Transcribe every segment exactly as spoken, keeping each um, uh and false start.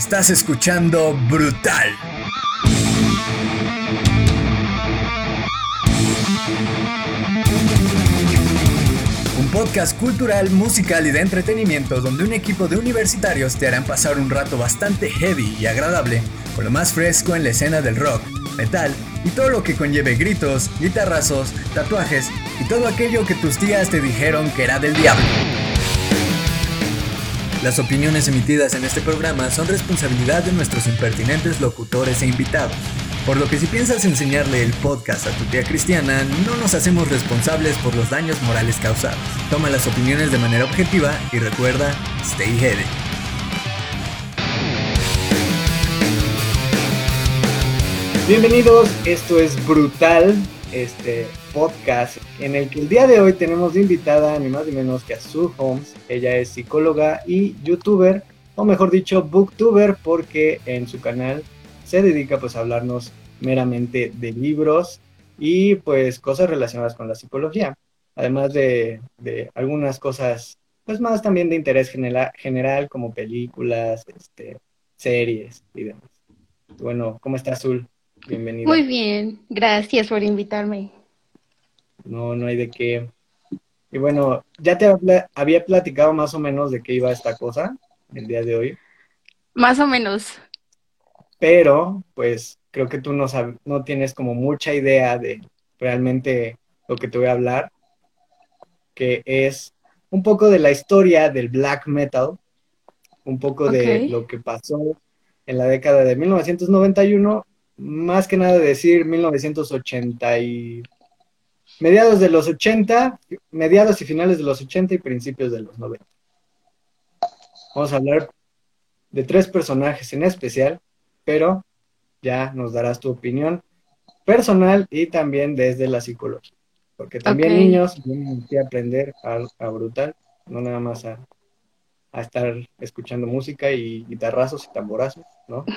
Estás escuchando Brutal. Un podcast cultural, musical y de entretenimiento donde un equipo de universitarios te harán pasar un rato bastante heavy y agradable con lo más fresco en la escena del rock, metal y todo lo que conlleve gritos, guitarrazos, tatuajes y todo aquello que tus tías te dijeron que era del diablo. Las opiniones emitidas en este programa son responsabilidad de nuestros impertinentes locutores e invitados, por lo que si piensas enseñarle el podcast a tu tía cristiana, no nos hacemos responsables por los daños morales causados. Toma las opiniones de manera objetiva y recuerda, stay heavy. Bienvenidos, esto es Brutal, este podcast en el que el día de hoy tenemos de invitada ni más ni menos que a Sue Holmes. Ella es psicóloga y youtuber, o mejor dicho, booktuber, porque en su canal se dedica pues a hablarnos meramente de libros y pues cosas relacionadas con la psicología, además de, de algunas cosas pues más también de interés general, general como películas, este, series y demás. Bueno, ¿cómo estás, Zul? Bienvenida. Muy bien, gracias por invitarme. No, no hay de qué. Y bueno, ya te habla- había platicado más o menos de qué iba esta cosa el día de hoy, Más o menos. pero pues creo que tú no sab- no tienes como mucha idea de realmente lo que te voy a hablar, que es un poco de la historia del black metal, un poco Ok. de lo que pasó en la década de mil novecientos noventa y uno, más que nada decir mil novecientos ochenta y mediados de los ochenta, mediados y finales de los ochenta y principios de los noventa. Vamos a hablar de tres personajes en especial, pero ya nos darás tu opinión personal y también desde la psicología. Porque Ok. también niños vienen aquí a aprender a, a Brutal, no nada más a, a estar escuchando música y guitarrazos y tamborazos, ¿no?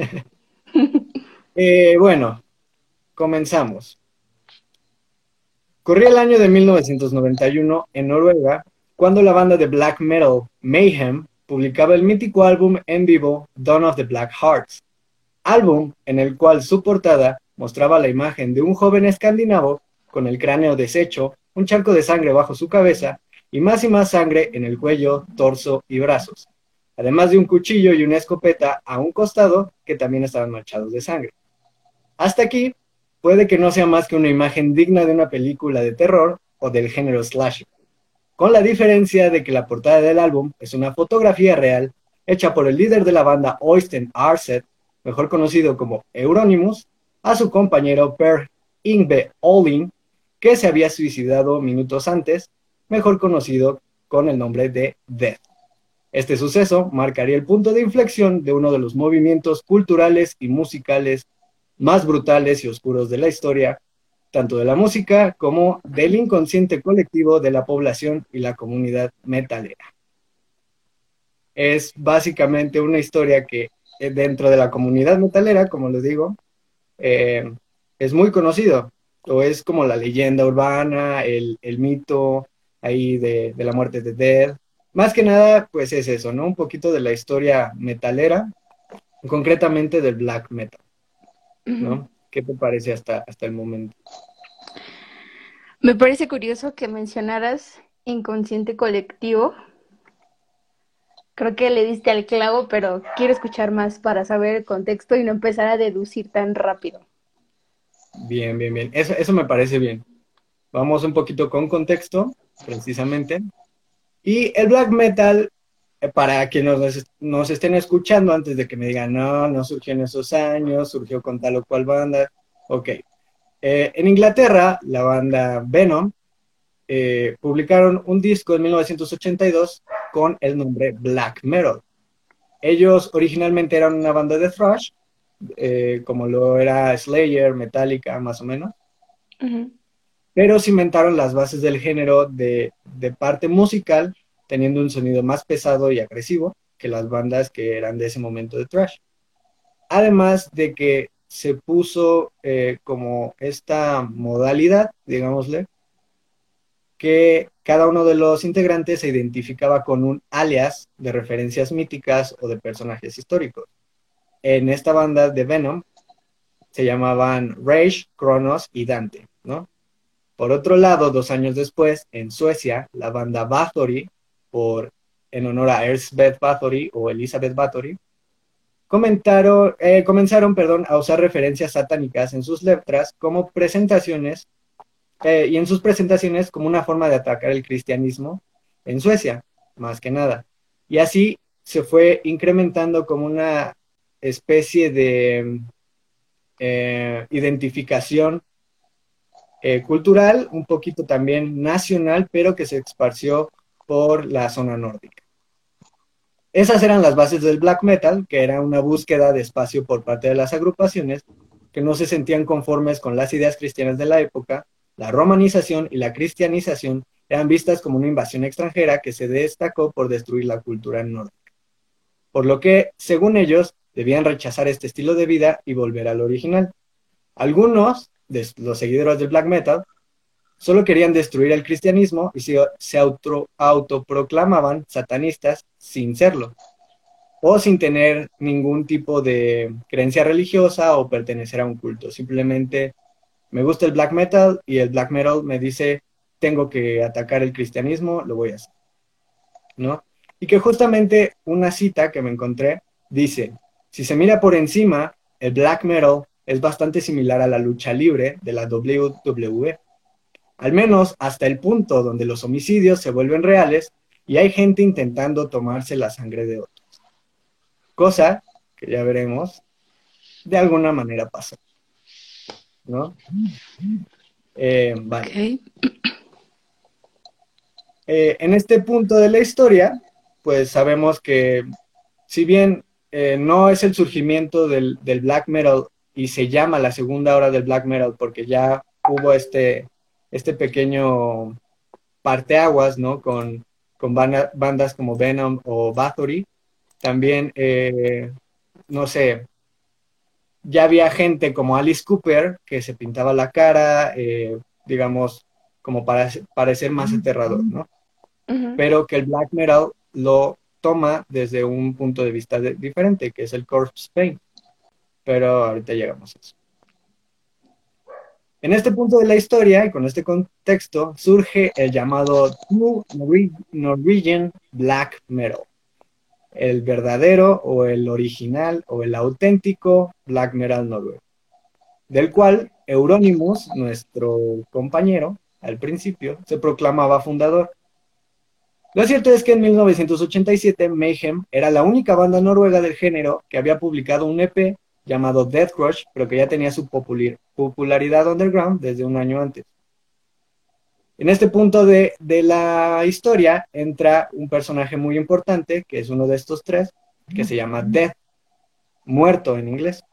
Eh, bueno, comenzamos. Corría el año de mil novecientos noventa y uno en Noruega, cuando la banda de black metal Mayhem publicaba el mítico álbum en vivo Dawn of the Black Hearts, álbum en el cual su portada mostraba la imagen de un joven escandinavo con el cráneo deshecho, un charco de sangre bajo su cabeza y más y más sangre en el cuello, torso y brazos, además de un cuchillo y una escopeta a un costado que también estaban manchados de sangre. Hasta aquí, puede que no sea más que una imagen digna de una película de terror o del género slasher, con la diferencia de que la portada del álbum es una fotografía real hecha por el líder de la banda Oystein Aarseth, mejor conocido como Euronymous, a su compañero Per Yngve Olin, que se había suicidado minutos antes, mejor conocido con el nombre de Death. Este suceso marcaría el punto de inflexión de uno de los movimientos culturales y musicales más brutales y oscuros de la historia, tanto de la música como del inconsciente colectivo de la población y la comunidad metalera. Es básicamente una historia que eh, dentro de la comunidad metalera, como les digo, eh, es muy conocido, o es como la leyenda urbana, el, el mito ahí de, de la muerte de Death. Más que nada, pues es eso, ¿no? Un poquito de la historia metalera, concretamente del black metal, Ujú. ¿no? ¿Qué te parece hasta, hasta el momento? Me parece curioso que mencionaras inconsciente colectivo. Creo que le diste al clavo, pero quiero escuchar más para saber el contexto y no empezar a deducir tan rápido. Bien, bien, bien. Eso, eso me parece bien. Vamos un poquito con contexto, precisamente. Y el black metal, eh, para quienes nos, nos estén escuchando antes de que me digan, no, no surgió en esos años, surgió con tal o cual banda. Ok. Eh, en Inglaterra, la banda Venom eh, publicaron un disco en mil novecientos ochenta y dos con el nombre Black Metal. Ellos originalmente eran una banda de thrash, eh, como lo era Slayer, Metallica, más o menos, Ujú. pero cimentaron las bases del género de, de parte musical, teniendo un sonido más pesado y agresivo que las bandas que eran de ese momento de thrash. Además de que se puso eh, como esta modalidad, digámosle, que cada uno de los integrantes se identificaba con un alias de referencias míticas o de personajes históricos. en esta banda de Venom se llamaban Rage, Kronos y Dante, ¿no? Por otro lado, dos años después, en Suecia, la banda Bathory, por, en honor a Elsbeth Bathory o Elizabeth Bathory, comentaron, eh, comenzaron perdón, a usar referencias satánicas en sus letras como presentaciones eh, y en sus presentaciones como una forma de atacar el cristianismo en Suecia, más que nada. Y así se fue incrementando como una especie de eh, identificación eh, cultural, un poquito también nacional, pero que se esparció por la zona nórdica. Esas eran las bases del black metal, que era una búsqueda de espacio por parte de las agrupaciones que no se sentían conformes con las ideas cristianas de la época. La romanización y la cristianización eran vistas como una invasión extranjera que se destacó por destruir la cultura nórdica. Por lo que, según ellos, debían rechazar este estilo de vida y volver al original. Algunos de los seguidores del black metal solo querían destruir el cristianismo y se, se auto, autoproclamaban satanistas sin serlo, o sin tener ningún tipo de creencia religiosa o pertenecer a un culto. Simplemente me gusta el black metal y el black metal me dice tengo que atacar el cristianismo, lo voy a hacer, ¿no? Y que justamente una cita que me encontré dice, si se mira por encima, el black metal es bastante similar a la lucha libre de la W W E, al menos hasta el punto donde los homicidios se vuelven reales y hay gente intentando tomarse la sangre de otros. Cosa que ya veremos, de alguna manera pasa, ¿no? Eh, vale. Okay. Eh, en este punto de la historia, pues sabemos que si bien eh, no es el surgimiento del, del black metal y se llama la segunda hora del black metal porque ya hubo este, este pequeño parteaguas, ¿no? Con, con banda, bandas como Venom o Bathory. También, eh, no sé, ya había gente como Alice Cooper que se pintaba la cara, eh, digamos, como para parecer más aterrador, ¿no? Uh-huh. Pero que el black metal lo toma desde un punto de vista de, diferente, que es el corpse paint. Pero ahorita llegamos a eso. En este punto de la historia y con este contexto surge el llamado True Norwegian Black Metal, el verdadero o el original o el auténtico black metal noruego, del cual Euronymous, nuestro compañero, al principio, se proclamaba fundador. Lo cierto es que en mil novecientos ochenta y siete Mayhem era la única banda noruega del género que había publicado un E P llamado Death Crush, pero que ya tenía su popularidad underground desde un año antes. En este punto de, de la historia entra un personaje muy importante, que es uno de estos tres, que se llama Death, muerto en inglés.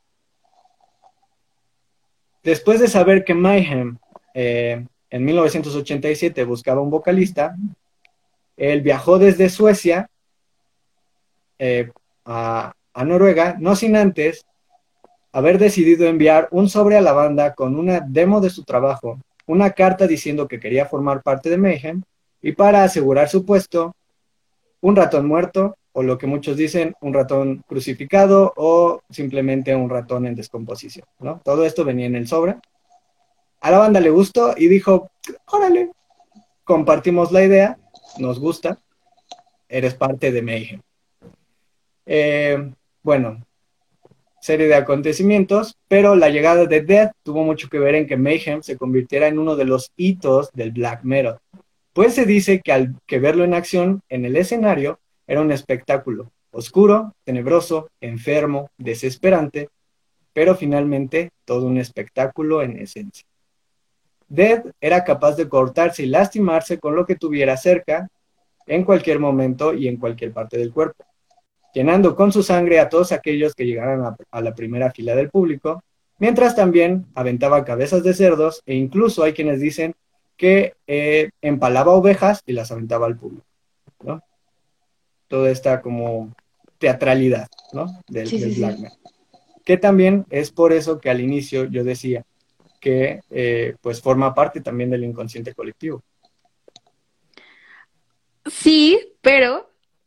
Después de saber que Mayhem eh, en mil novecientos ochenta y siete buscaba un vocalista, él viajó desde Suecia eh, a, a Noruega, no sin antes haber decidido enviar un sobre a la banda con una demo de su trabajo, una carta diciendo que quería formar parte de Mayhem, y para asegurar su puesto, un ratón muerto, o lo que muchos dicen, un ratón crucificado, o simplemente un ratón en descomposición, ¿no? Todo esto venía en el sobre. A la banda le gustó y dijo, órale, compartimos la idea, nos gusta, eres parte de Mayhem. Eh, bueno, serie de acontecimientos, pero la llegada de Death tuvo mucho que ver en que Mayhem se convirtiera en uno de los hitos del black metal. Pues se dice que al que verlo en acción en el escenario era un espectáculo oscuro, tenebroso, enfermo, desesperante, pero finalmente todo un espectáculo en esencia. Death era capaz de cortarse y lastimarse con lo que tuviera cerca, en cualquier momento y en cualquier parte del cuerpo, llenando con su sangre a todos aquellos que llegaran a, a la primera fila del público, mientras también aventaba cabezas de cerdos e incluso hay quienes dicen que eh, empalaba ovejas y las aventaba al público, ¿no? Toda esta como teatralidad, ¿no? Del, sí, del sí, black sí. metal. Que también es por eso que al inicio yo decía que eh, pues forma parte también del inconsciente colectivo. Sí, pero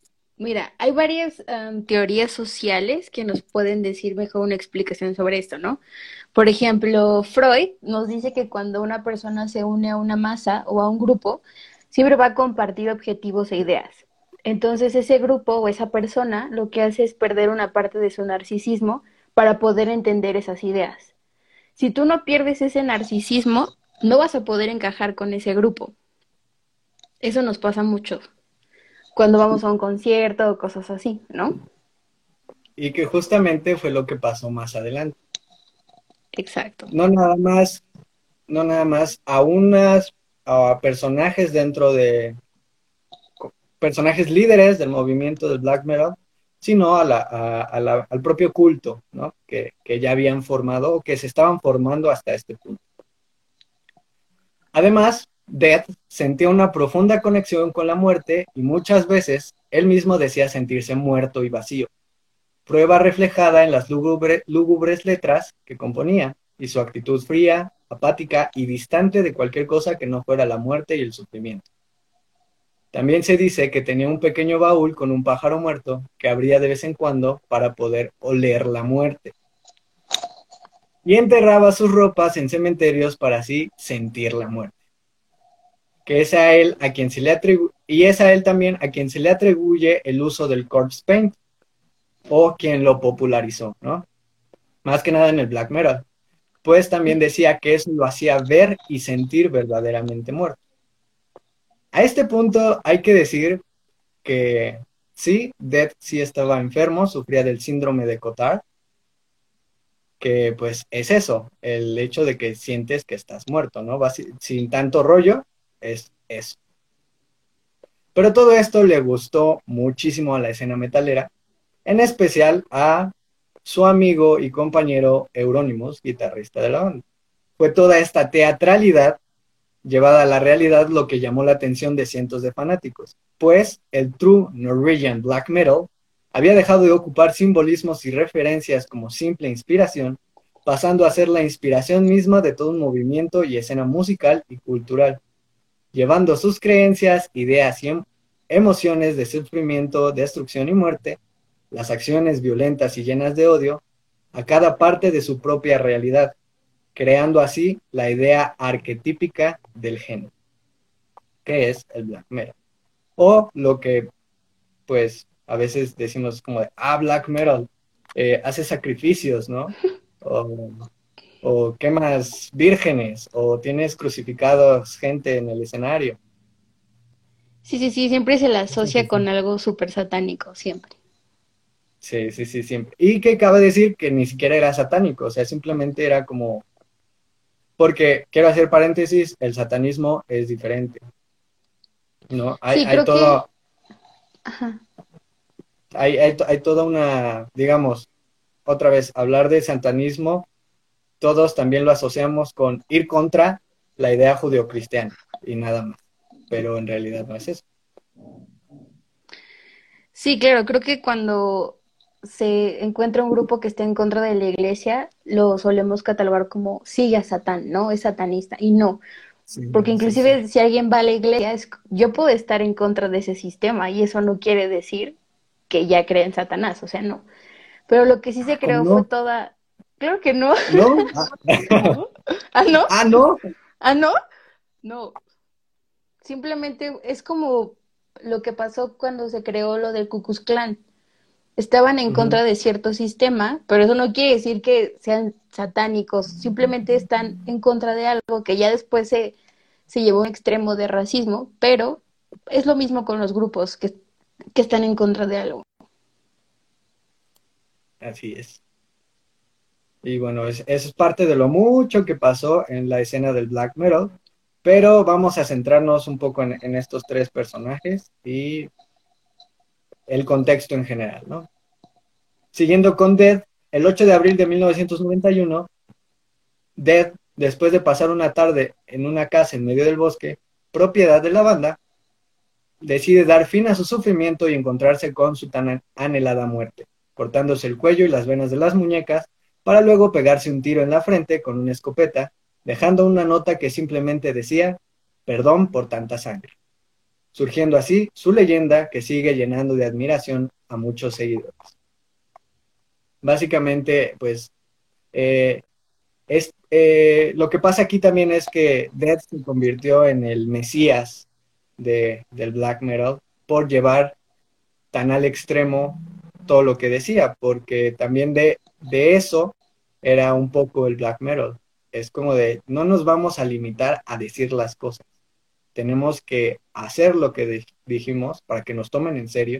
Mira, hay varias am, teorías sociales que nos pueden decir mejor una explicación sobre esto, ¿no? Por ejemplo, Freud nos dice que cuando una persona se une a una masa o a un grupo, siempre va a compartir objetivos e ideas. Entonces, ese grupo o esa persona lo que hace es perder una parte de su narcisismo para poder entender esas ideas. Si tú no pierdes ese narcisismo, no vas a poder encajar con ese grupo. Eso nos pasa mucho cuando vamos a un concierto o cosas así, ¿no? Y que justamente fue lo que pasó más adelante. Exacto. No nada más, no nada más a unas a personajes dentro de personajes líderes del movimiento del black metal, sino a la, a, a la, al propio culto, ¿no? Que, que ya habían formado o que se estaban formando hasta este punto. Además, Death sentía una profunda conexión con la muerte y muchas veces él mismo decía sentirse muerto y vacío, prueba reflejada en las lúgubre, lúgubres letras que componía y su actitud fría, apática y distante de cualquier cosa que no fuera la muerte y el sufrimiento. También se dice que tenía un pequeño baúl con un pájaro muerto que abría de vez en cuando para poder oler la muerte. Y enterraba sus ropas en cementerios para así sentir la muerte. Que es a él a quien se le atribuye, y es a él también a quien se le atribuye el uso del corpse paint, o quien lo popularizó, ¿no? Más que nada en el black metal. Pues también decía que eso lo hacía ver y sentir verdaderamente muerto. A este punto hay que decir que sí, Death sí estaba enfermo, sufría del síndrome de Cotard, que pues es eso, el hecho de que sientes que estás muerto, ¿no? Vas sin tanto rollo, es eso. Pero todo esto le gustó muchísimo a la escena metalera, en especial a su amigo y compañero Euronymous, guitarrista de la banda. Fue toda esta teatralidad llevada a la realidad lo que llamó la atención de cientos de fanáticos, pues el true Norwegian black metal había dejado de ocupar simbolismos y referencias como simple inspiración, pasando a ser la inspiración misma de todo un movimiento y escena musical y cultural, llevando sus creencias, ideas y em emociones de sufrimiento, destrucción y muerte, las acciones violentas y llenas de odio, a cada parte de su propia realidad, creando así la idea arquetípica del género, que es el black metal. O lo que, pues, a veces decimos como de, ah, black metal, eh, hace sacrificios, ¿no? O, o quemas vírgenes, o tienes crucificados gente en el escenario. Sí, sí, sí, siempre se la Sí, sí, asocia sí. con algo súper satánico, siempre. Sí, sí, sí, siempre. Y que cabe decir que ni siquiera era satánico, o sea, simplemente era como, porque, quiero hacer paréntesis, el satanismo es diferente, ¿no? Hay, Sí, hay creo que, todo, ajá. hay, hay, hay toda una, digamos, otra vez, hablar de satanismo, todos también lo asociamos con ir contra la idea judeocristiana y nada más, pero en realidad no es eso. Sí, claro, creo que cuando se encuentra un grupo que está en contra de la iglesia, lo solemos catalogar como sigue a Satán, ¿no? Es satanista. Y no, Sí, porque sí, sí. inclusive si alguien va a la iglesia, es, yo puedo estar en contra de ese sistema y eso no quiere decir que ya cree en Satanás, o sea, no. Pero lo que sí Ah, se ¿cómo creó fue no? toda... Claro que no. ¿No? Ah, ¿No? ¿Ah, no? ah, no. ¿Ah, no? No. Simplemente es como lo que pasó cuando se creó lo del Ku Klux Klan. Estaban en Ujú. contra de cierto sistema, pero eso no quiere decir que sean satánicos, simplemente están en contra de algo que ya después se, se llevó a un extremo de racismo, pero es lo mismo con los grupos que, que están en contra de algo. Así es. Y bueno, es, eso es parte de lo mucho que pasó en la escena del black metal, pero vamos a centrarnos un poco en, en estos tres personajes y el contexto en general, ¿no? Siguiendo con Death, el ocho de abril de mil novecientos noventa y uno, Death, después de pasar una tarde en una casa en medio del bosque, propiedad de la banda, decide dar fin a su sufrimiento y encontrarse con su tan anhelada muerte, cortándose el cuello y las venas de las muñecas, para luego pegarse un tiro en la frente con una escopeta, dejando una nota que simplemente decía, perdón por tanta sangre. surgiendo así su leyenda que sigue llenando de admiración a muchos seguidores. Básicamente, pues, eh, es, eh, lo que pasa aquí también es que Death se convirtió en el mesías de, del black metal por llevar tan al extremo todo lo que decía, porque también de, de eso era un poco el black metal. Es como de, no nos vamos a limitar a decir las cosas. Tenemos que hacer lo que de- dijimos para que nos tomen en serio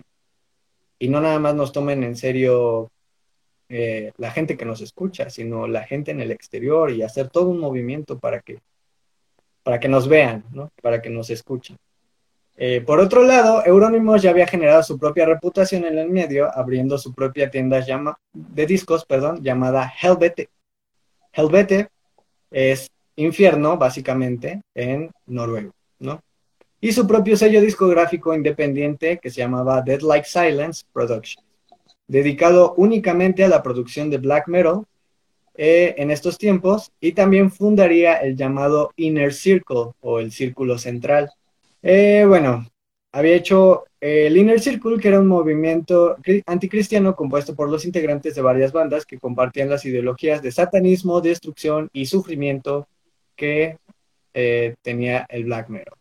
y no nada más nos tomen en serio eh, la gente que nos escucha, sino la gente en el exterior y hacer todo un movimiento para que, para que nos vean, ¿no? Para que nos escuchen. Eh, por otro lado, Euronymous ya había generado su propia reputación en el medio, abriendo su propia tienda llama, de discos, perdón, llamada Helvete. Helvete es infierno, básicamente, en noruego, ¿no? Y su propio sello discográfico independiente que se llamaba Dead Like Silence Productions, dedicado únicamente a la producción de black metal eh, en estos tiempos, y también fundaría el llamado Inner Circle o el Círculo Central. Eh, bueno, había hecho eh, el Inner Circle, que era un movimiento cri- anticristiano compuesto por los integrantes de varias bandas que compartían las ideologías de satanismo, destrucción y sufrimiento que eh, tenía el black metal.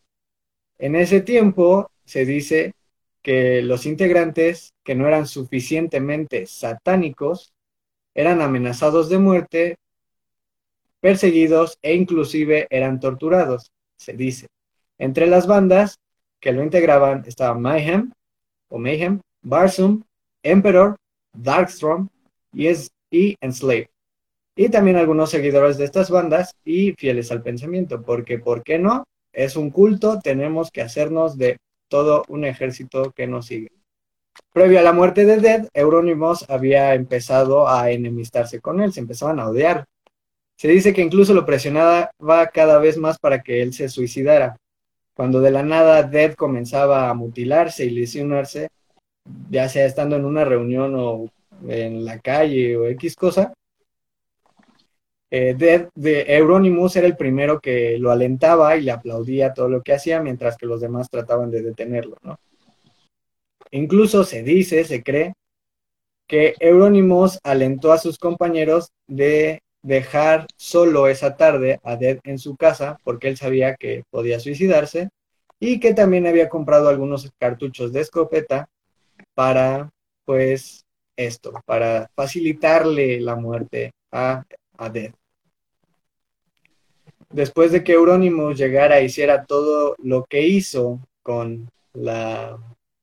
En ese tiempo se dice que los integrantes que no eran suficientemente satánicos eran amenazados de muerte, perseguidos e inclusive eran torturados, se dice. Entre las bandas que lo integraban estaban Mayhem o Mayhem, Barsum, Emperor, Darkstrom y, es, y Enslaved. Y también algunos seguidores de estas bandas y fieles al pensamiento, porque ¿por qué no? Es un culto, tenemos que hacernos de todo un ejército que nos sigue. Previo a la muerte de Dead, Euronymous había empezado a enemistarse con él, se empezaban a odiar. Se dice que incluso lo presionaba cada vez más para que él se suicidara. Cuando de la nada Dead comenzaba a mutilarse y lesionarse, ya sea estando en una reunión o en la calle o X cosa, eh, Dead de Euronymous era el primero que lo alentaba y le aplaudía todo lo que hacía, mientras que los demás trataban de detenerlo, ¿no? Incluso se dice, se cree, que Euronymous alentó a sus compañeros de dejar solo esa tarde a Dead en su casa porque él sabía que podía suicidarse y que también había comprado algunos cartuchos de escopeta para, pues, esto, para facilitarle la muerte a, a Dead. Después de que Euronymous llegara e hiciera todo lo que hizo con la...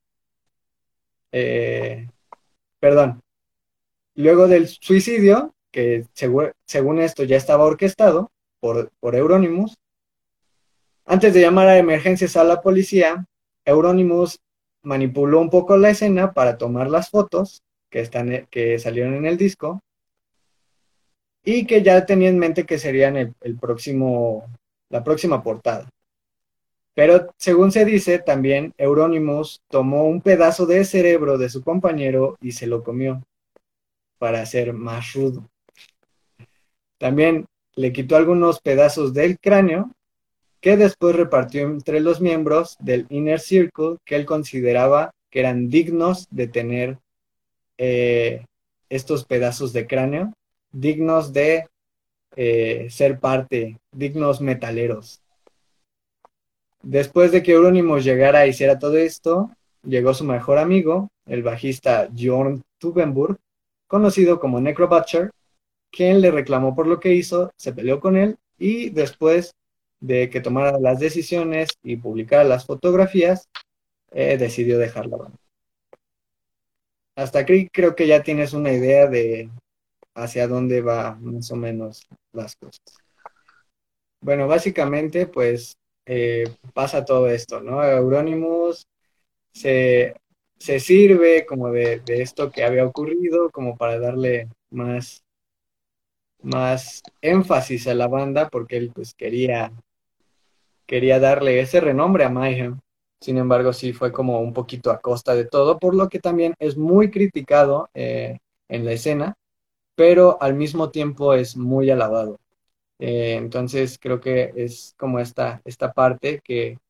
Eh, perdón, luego del suicidio, que segu- según esto ya estaba orquestado por, por Euronymous, antes de llamar a emergencias a la policía, Euronymous manipuló un poco la escena para tomar las fotos que, están, que salieron en el disco y que ya tenía en mente que serían el, el próximo, la próxima portada. Pero según se dice, también Euronymous tomó un pedazo de cerebro de su compañero y se lo comió para ser más rudo. También le quitó algunos pedazos del cráneo que después repartió entre los miembros del Inner Circle que él consideraba que eran dignos de tener eh, estos pedazos de cráneo, dignos de eh, ser parte, dignos metaleros. Después de que Euronymous llegara e hiciera todo esto, llegó su mejor amigo, el bajista Bjorn Tubenburg, conocido como Necrobutcher, quien le reclamó por lo que hizo, se peleó con él y después de que tomara las decisiones y publicara las fotografías, eh, decidió dejar la banda. Hasta aquí creo que ya tienes una idea de hacia dónde va más o menos las cosas. Bueno, básicamente pues eh, pasa todo esto, ¿no? Euronymous se, se sirve como de, de esto que había ocurrido como para darle más más énfasis a la banda porque él pues quería, quería darle ese renombre a Mayhem. Sin embargo, sí fue como un poquito a costa de todo, por lo que también es muy criticado eh, en la escena, pero al mismo tiempo es muy alabado. Eh, entonces creo que es como esta, esta parte que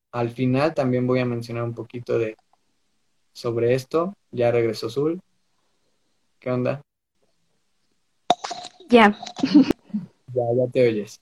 Al final también voy a mencionar un poquito de sobre esto. Ya regresó Zul. ¿Qué onda? Ya, Ya, ya te oyes.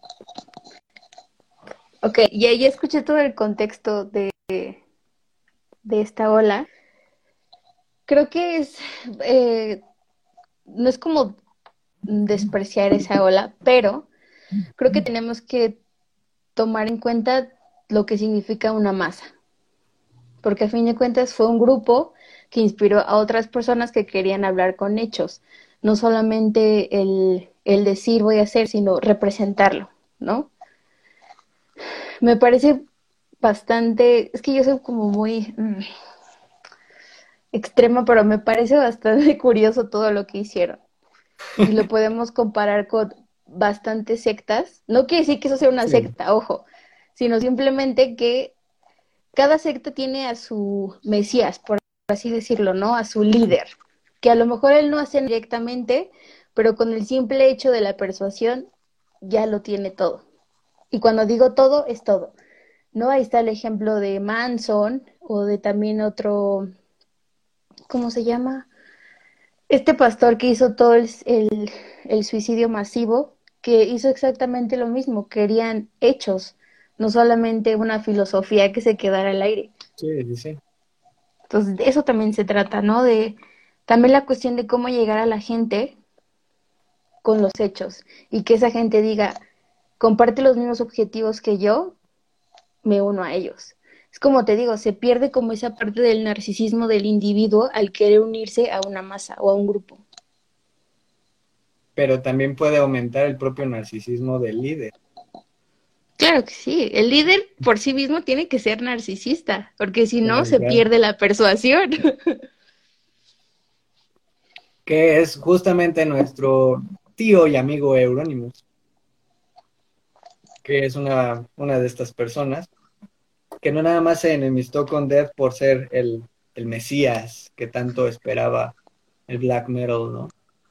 ok, ya, ya escuché todo el contexto de, de esta ola. Creo que es, eh, no es como despreciar esa ola, pero creo que tenemos que tomar en cuenta lo que significa una masa, porque a fin de cuentas fue un grupo que inspiró a otras personas que querían hablar con hechos, no solamente el, el decir voy a hacer, sino representarlo, ¿no? Me parece bastante, es que yo soy como muy mm, extrema, pero me parece bastante curioso todo lo que hicieron. Y lo podemos comparar con bastantes sectas. No quiere decir que eso sea una Sí, secta, ojo, sino simplemente que cada secta tiene a su mesías, por así decirlo, ¿no? A su líder, que a lo mejor él no hace directamente, pero con el simple hecho de la persuasión ya lo tiene todo. Y cuando digo todo, es todo. ¿No? Ahí está el ejemplo de Manson o de también otro, ¿cómo se llama? Este pastor que hizo todo el, el, el suicidio masivo, que hizo exactamente lo mismo, querían hechos, no solamente una filosofía que se quedara al aire. sí, sí, sí. Entonces, de eso también se trata, ¿no? De también la cuestión de cómo llegar a la gente con los hechos y que esa gente diga, comparte los mismos objetivos que yo, me uno a ellos. Es como te digo, se pierde como esa parte del narcisismo del individuo al querer unirse a una masa o a un grupo. Pero también puede aumentar el propio narcisismo del líder. Claro que sí, el líder por sí mismo tiene que ser narcisista, porque si no Claro, se claro. pierde la persuasión. Que es justamente nuestro tío y amigo Euronymous, que es una, una de estas personas, que no nada más se enemistó con Death por ser el, el Mesías que tanto esperaba el black metal, ¿no?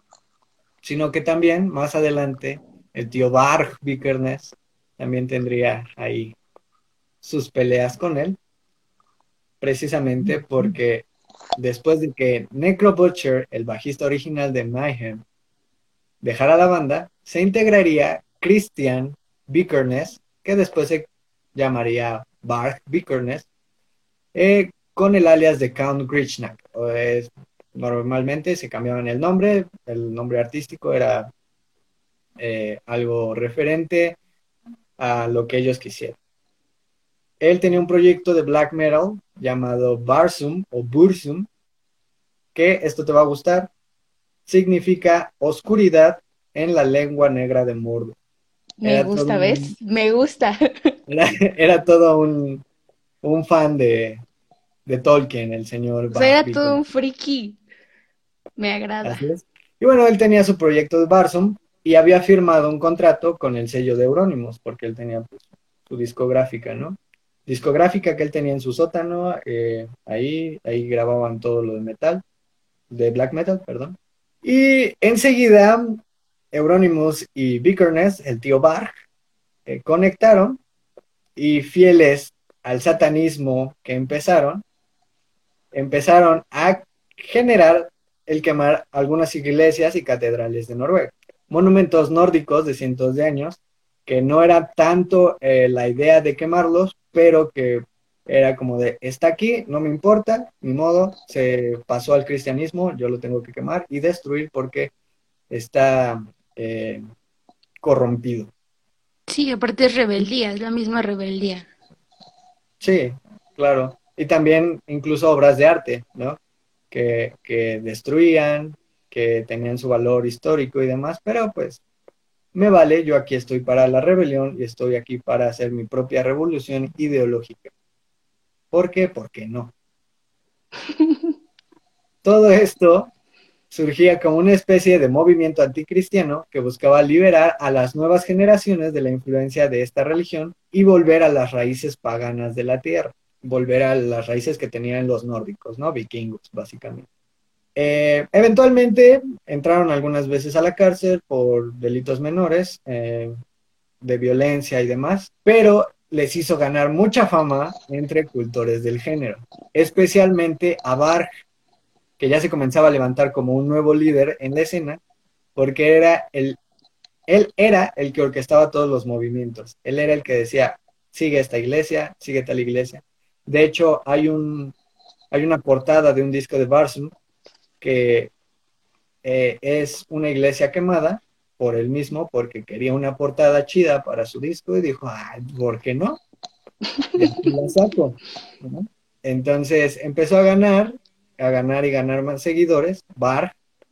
Sino que también más adelante el tío Varg Vikernes también tendría ahí sus peleas con él, precisamente porque después de que Necro Butcher, el bajista original de Mayhem, dejara la banda, se integraría Christian Vikernes, que después se llamaría Varg Vikernes, eh, con el alias de Count Grishnak. Eh, normalmente se cambiaban el nombre, el nombre artístico era eh, algo referente a lo que ellos quisieran. Él tenía un proyecto de black metal llamado Barsum o Bursum, que esto te va a gustar, significa oscuridad en la lengua negra de Mordor. Me Era todo gusta, un, ¿ves? Me gusta. era, era todo un, un fan de, de Tolkien, el señor O sea, Bach era todo Vikernes. un friki. Me agrada. Así es. Y bueno, él tenía su proyecto de Barsum y había firmado un contrato con el sello de Euronymous, porque él tenía pues, su discográfica, ¿no? Discográfica que él tenía en su sótano, eh, ahí, ahí grababan todo lo de metal, de black metal, perdón. Y enseguida, Euronymous y Vikernes, el tío Bach, eh, conectaron y fieles al satanismo que empezaron, empezaron a generar el quemar algunas iglesias y catedrales de Noruega. Monumentos nórdicos de cientos de años, que no era tanto eh, la idea de quemarlos, pero que era como de, está aquí, no me importa, ni modo, se pasó al cristianismo, yo lo tengo que quemar y destruir porque está eh, corrompido. Sí, aparte es rebeldía, es la misma rebeldía. Sí, claro. Y también incluso obras de arte, ¿no? Que, que destruían, que tenían su valor histórico y demás, pero pues me vale, yo aquí estoy para la rebelión y estoy aquí para hacer mi propia revolución ideológica. ¿Por qué? ¿Por qué no? Todo esto surgía como una especie de movimiento anticristiano que buscaba liberar a las nuevas generaciones de la influencia de esta religión y volver a las raíces paganas de la tierra, volver a las raíces que tenían los nórdicos, ¿no? Vikingos, básicamente. Eh, eventualmente entraron algunas veces a la cárcel por delitos menores, eh, de violencia y demás, pero les hizo ganar mucha fama entre cultores del género, especialmente a Varg, que ya se comenzaba a levantar como un nuevo líder en la escena, porque era el, él era el que orquestaba todos los movimientos. Él era el que decía, sigue esta iglesia, sigue tal iglesia. De hecho, hay, un, hay una portada de un disco de Burzum que eh, es una iglesia quemada por él mismo, porque quería una portada chida para su disco y dijo, ay, ¿por qué no? De aquí la saco, ¿no? Entonces empezó a ganar, a ganar y ganar más seguidores, Varg,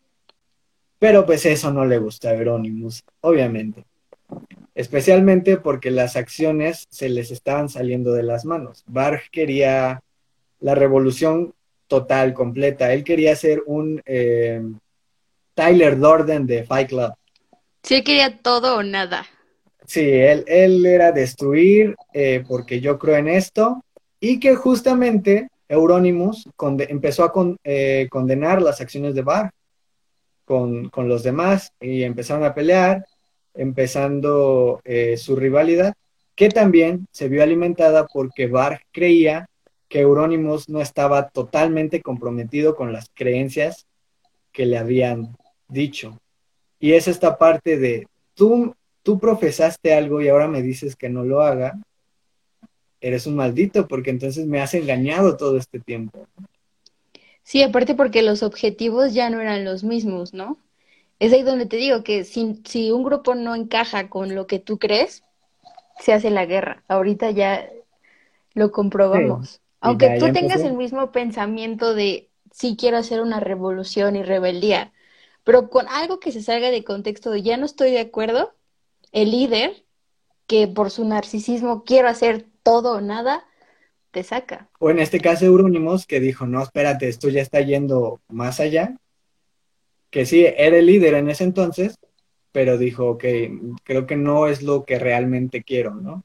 pero pues eso no le gusta a Euronymous, obviamente. Especialmente porque las acciones se les estaban saliendo de las manos. Varg quería la revolución total, completa. Él quería ser un eh, Tyler Durden de Fight Club. Sí, él quería todo o nada. Sí, él, él era destruir eh, porque yo creo en esto, y que justamente Euronymous conde- empezó a con- eh, condenar las acciones de Varg con, con los demás y empezaron a pelear, empezando eh, su rivalidad, que también se vio alimentada porque Varg creía que Euronymous no estaba totalmente comprometido con las creencias que le habían dicho. Y es esta parte de, tú, tú profesaste algo y ahora me dices que no lo haga, eres un maldito porque entonces me has engañado todo este tiempo. Sí, aparte porque los objetivos ya no eran los mismos, ¿no? Es ahí donde te digo que si, si un grupo no encaja con lo que tú crees, se hace la guerra. Ahorita ya lo Sí, comprobamos. y Aunque ya, ya tú tengas empezó. el mismo pensamiento de sí quiero hacer una revolución y rebeldía, pero con algo que se salga de contexto de ya no estoy de acuerdo, el líder, que por su narcisismo quiero hacer todo o nada, te saca. O en este caso Euronymous, que dijo, no, espérate, esto ya está yendo más allá, que sí, era el líder en ese entonces, pero dijo, ok, creo que no es lo que realmente quiero, ¿no?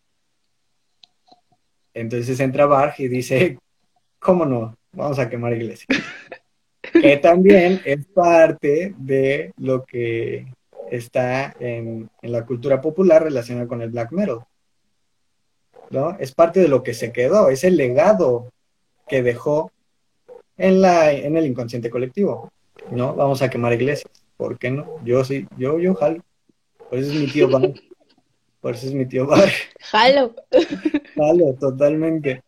Entonces entra Barg y dice, ¿cómo no? Vamos a quemar iglesias. Que también es parte de lo que está en, en la cultura popular relacionada con el black metal, ¿no? Es parte de lo que se quedó, es el legado que dejó en, la, en el inconsciente colectivo, ¿no? Vamos a quemar iglesias, ¿por qué no? Yo sí, yo, yo jalo, por eso es mi tío Bar, por eso es mi tío Bar, Jalo. jalo totalmente.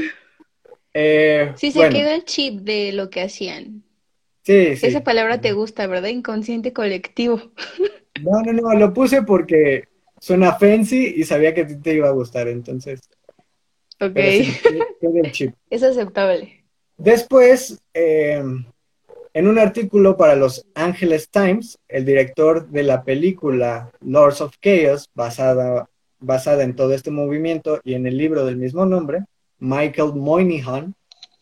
Eh, Sí, se bueno, quedó el chip de lo que hacían. sí, Esa sí. palabra te gusta, ¿verdad? Inconsciente colectivo. No, no, no, lo puse porque suena fancy y sabía que a ti te iba a gustar, entonces, Ok, pero sí, queda el chip. es aceptable. Después, eh, en un artículo para los Angeles Times, el director de la película Lords of Chaos, basada, basada en todo este movimiento y en el libro del mismo nombre, Michael Moynihan,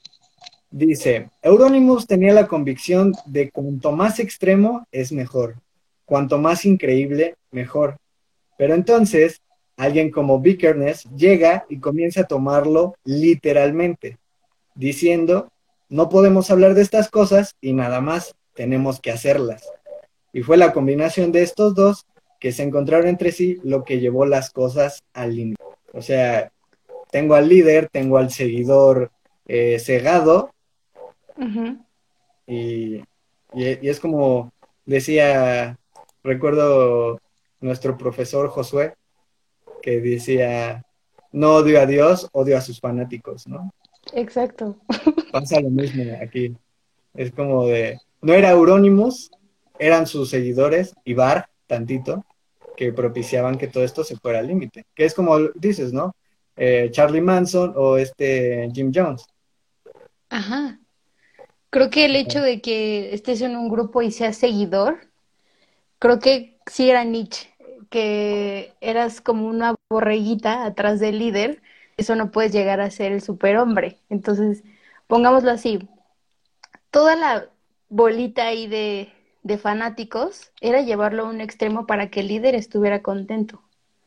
dice, Euronymous tenía la convicción de cuanto más extremo es mejor, cuanto más increíble, mejor. Pero entonces, alguien como Vikernes llega y comienza a tomarlo literalmente, diciendo, no podemos hablar de estas cosas y nada más, tenemos que hacerlas. Y fue la combinación de estos dos que se encontraron entre sí lo que llevó las cosas al límite. O sea, tengo al líder, tengo al seguidor eh, cegado Ujú. y, y, y es como decía, recuerdo nuestro profesor Josué, que decía, no odio a Dios, odio a sus fanáticos, ¿no? Exacto. Pasa lo mismo aquí. Es como de, no era Euronymous, eran sus seguidores y Bar, tantito, que propiciaban que todo esto se fuera al límite. Que es como dices, ¿no? Eh, Charlie Manson o este Jim Jones. Ajá. Creo que el hecho de que estés en un grupo y seas seguidor, creo que sí era Nietzsche, que eras como una borreguita atrás del líder, eso no puedes llegar a ser el superhombre. Entonces, pongámoslo así, toda la bolita ahí de, de fanáticos era llevarlo a un extremo para que el líder estuviera contento.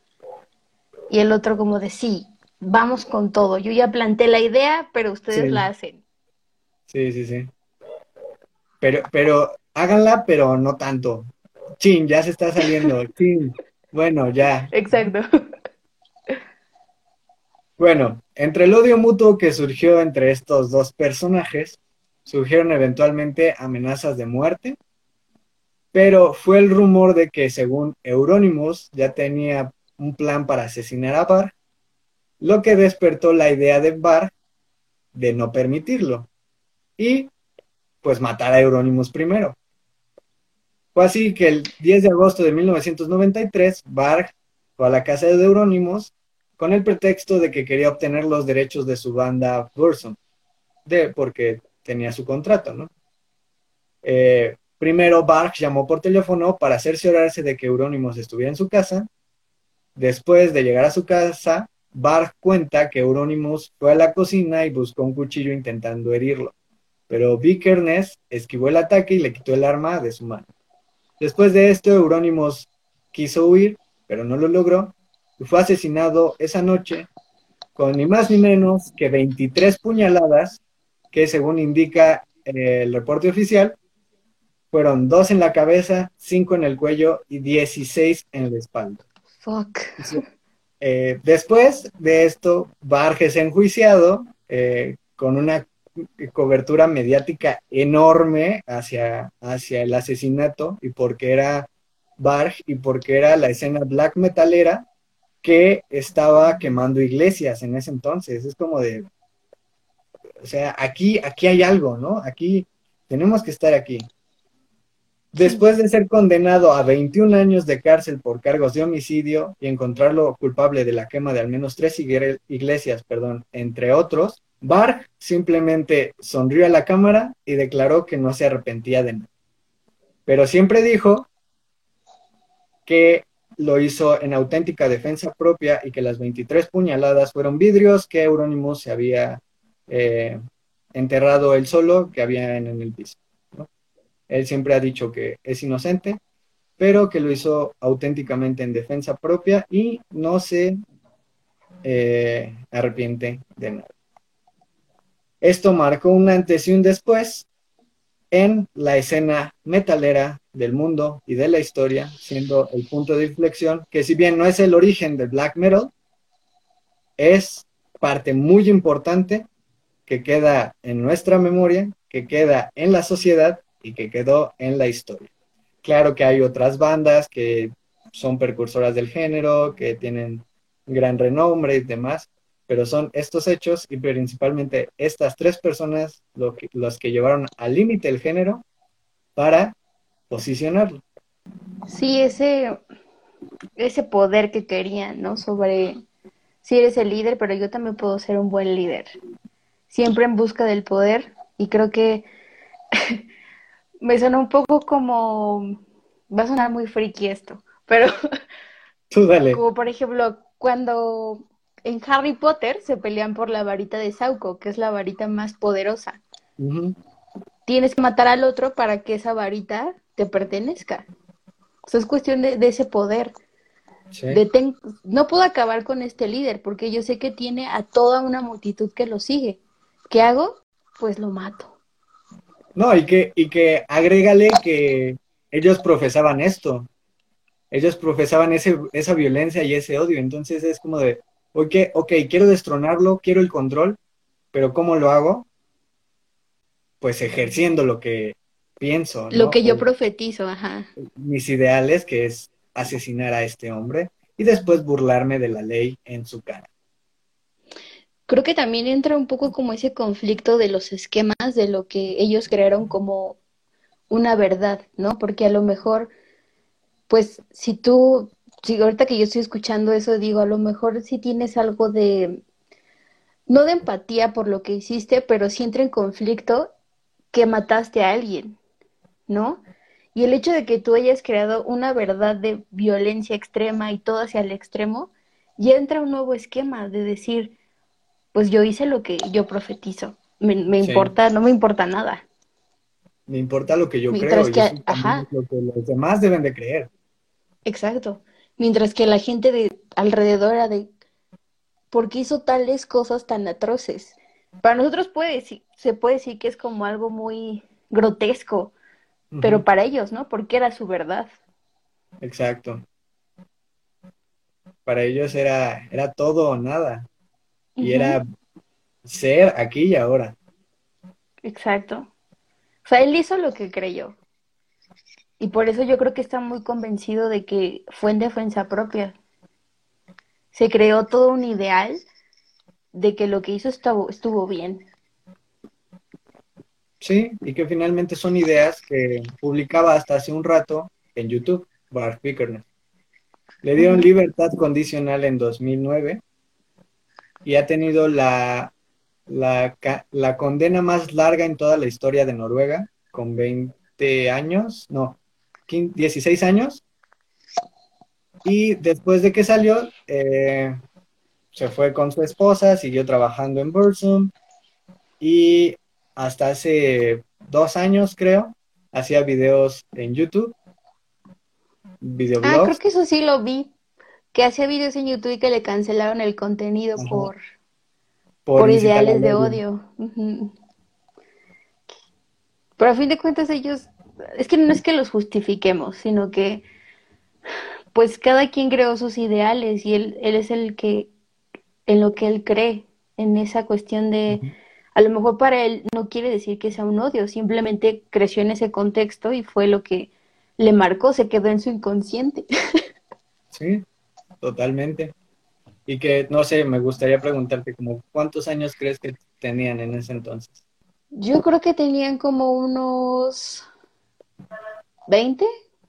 Y el otro como de sí, vamos con todo. Yo ya planté la idea, pero ustedes la Sí, hacen. sí, sí, sí. Pero, pero háganla, pero no tanto. Chin, ya se está saliendo. Chin. Bueno, ya. Exacto. Bueno, entre el odio mutuo que surgió entre estos dos personajes, surgieron eventualmente amenazas de muerte, pero fue el rumor de que según Euronymous ya tenía un plan para asesinar a Varg, lo que despertó la idea de Varg de no permitirlo y pues matar a Euronymous primero. Fue así que el diez de agosto de mil novecientos noventa y tres, Varg fue a la casa de Euronymous con el pretexto de que quería obtener los derechos de su banda Burzum, de, porque tenía su contrato, ¿no? Eh, primero Varg llamó por teléfono para cerciorarse de que Euronymous estuviera en su casa. Después de llegar a su casa, Varg cuenta que Euronymous fue a la cocina y buscó un cuchillo intentando herirlo, pero Vikernes esquivó el ataque y le quitó el arma de su mano. Después de esto, Euronymous quiso huir, pero no lo logró, y fue asesinado esa noche con ni más ni menos que veintitrés puñaladas, que según indica eh, el reporte oficial, fueron dos en la cabeza, cinco en el cuello y dieciséis en la espalda. Fuck. Eh, después de esto, Varg es enjuiciado eh, con una cobertura mediática enorme hacia, hacia el asesinato y porque era Varg y porque era la escena black metalera que estaba quemando iglesias en ese entonces. Es como de, o sea, aquí, aquí hay algo, ¿no? Aquí tenemos que estar aquí. Después de ser condenado a veintiún años de cárcel por cargos de homicidio y encontrarlo culpable de la quema de al menos tres iglesias, perdón, entre otros, Varg simplemente sonrió a la cámara y declaró que no se arrepentía de nada. Pero siempre dijo que lo hizo en auténtica defensa propia y que las veintitrés puñaladas fueron vidrios que Euronymous se había eh, enterrado él solo, que había en, en el piso. Él siempre ha dicho que es inocente, pero que lo hizo auténticamente en defensa propia y no se eh, arrepiente de nada. Esto marcó un antes y un después en la escena metalera del mundo y de la historia, siendo el punto de inflexión que, si bien no es el origen del black metal, es parte muy importante que queda en nuestra memoria, que queda en la sociedad y que quedó en la historia. Claro que hay otras bandas que son precursoras del género, que tienen gran renombre y demás, pero son estos hechos y principalmente estas tres personas lo que, los que llevaron al límite el género para posicionarlo. Sí, ese, ese poder que querían, ¿no? Sobre si eres el líder, pero yo también puedo ser un buen líder. Siempre en busca del poder, y creo que me suena un poco como, va a sonar muy friki esto, pero Tú dale. como por ejemplo cuando en Harry Potter se pelean por la varita de Sauco, que es la varita más poderosa. Uh-huh. Tienes que matar al otro para que esa varita te pertenezca. O sea, es cuestión de, de ese poder. Sí. De ten... No puedo acabar con este líder porque yo sé que tiene a toda una multitud que lo sigue. ¿Qué hago? Pues lo mato. No, y que, y que agrégale que ellos profesaban esto. Ellos profesaban ese, esa violencia y ese odio. Entonces es como de, ok, ok, quiero destronarlo, quiero el control, pero ¿cómo lo hago? Pues ejerciendo lo que pienso, ¿no? Lo que yo o profetizo, ajá. mis ideales, que es asesinar a este hombre y después burlarme de la ley en su cara. Creo que también entra un poco como ese conflicto de los esquemas, de lo que ellos crearon como una verdad, ¿no? Porque a lo mejor, pues, si tú, si ahorita que yo estoy escuchando eso, digo, a lo mejor si tienes algo de, no de empatía por lo que hiciste, pero sí entra en conflicto que mataste a alguien, ¿no? Y el hecho de que tú hayas creado una verdad de violencia extrema y todo hacia el extremo, ya entra un nuevo esquema de decir, pues yo hice lo que yo profetizo, me, me Sí. importa, no me importa nada. Me importa lo que yo Mientras creo que, y eso también ajá, es lo que los demás deben de creer. exacto. Mientras que la gente de alrededor era de, ¿por qué hizo tales cosas tan atroces? Para nosotros puede decir, se puede decir que es como algo muy grotesco, Uh-huh. pero para ellos, ¿no? Porque era su verdad. Exacto. Para ellos era, era todo o nada. y Ujú, era ser aquí y ahora. exacto. O sea, él hizo lo que creyó. Y por eso yo creo que está muy convencido de que fue en defensa propia. Se creó todo un ideal de que lo que hizo estuvo, estuvo bien. Sí, y que finalmente son ideas que publicaba hasta hace un rato en YouTube, Bart Pickernett. Le dieron Ujú. libertad condicional en dos mil nueve y ha tenido la, la, ca- la condena más larga en toda la historia de Noruega, con veinte años, no, quince dieciséis años. Y después de que salió, eh, se fue con su esposa, siguió trabajando en Bursum y hasta hace dos años, creo, hacía videos en YouTube, Ah, creo videoblogs. que eso sí lo vi, que hacía videos en YouTube y que le cancelaron el contenido Ajá, por, por por incitar ideales al de odio. odio. Ujú. Pero a fin de cuentas ellos, es que no es que los justifiquemos, sino que pues cada quien creó sus ideales y él, él es el que, en lo que él cree, en esa cuestión de, Ujú. a lo mejor para él no quiere decir que sea un odio, simplemente creció en ese contexto y fue lo que le marcó, se quedó en su inconsciente. Sí, totalmente. Y que, no sé, me gustaría preguntarte como, ¿cuántos años crees que tenían en ese entonces? Yo creo que tenían como unos veinte.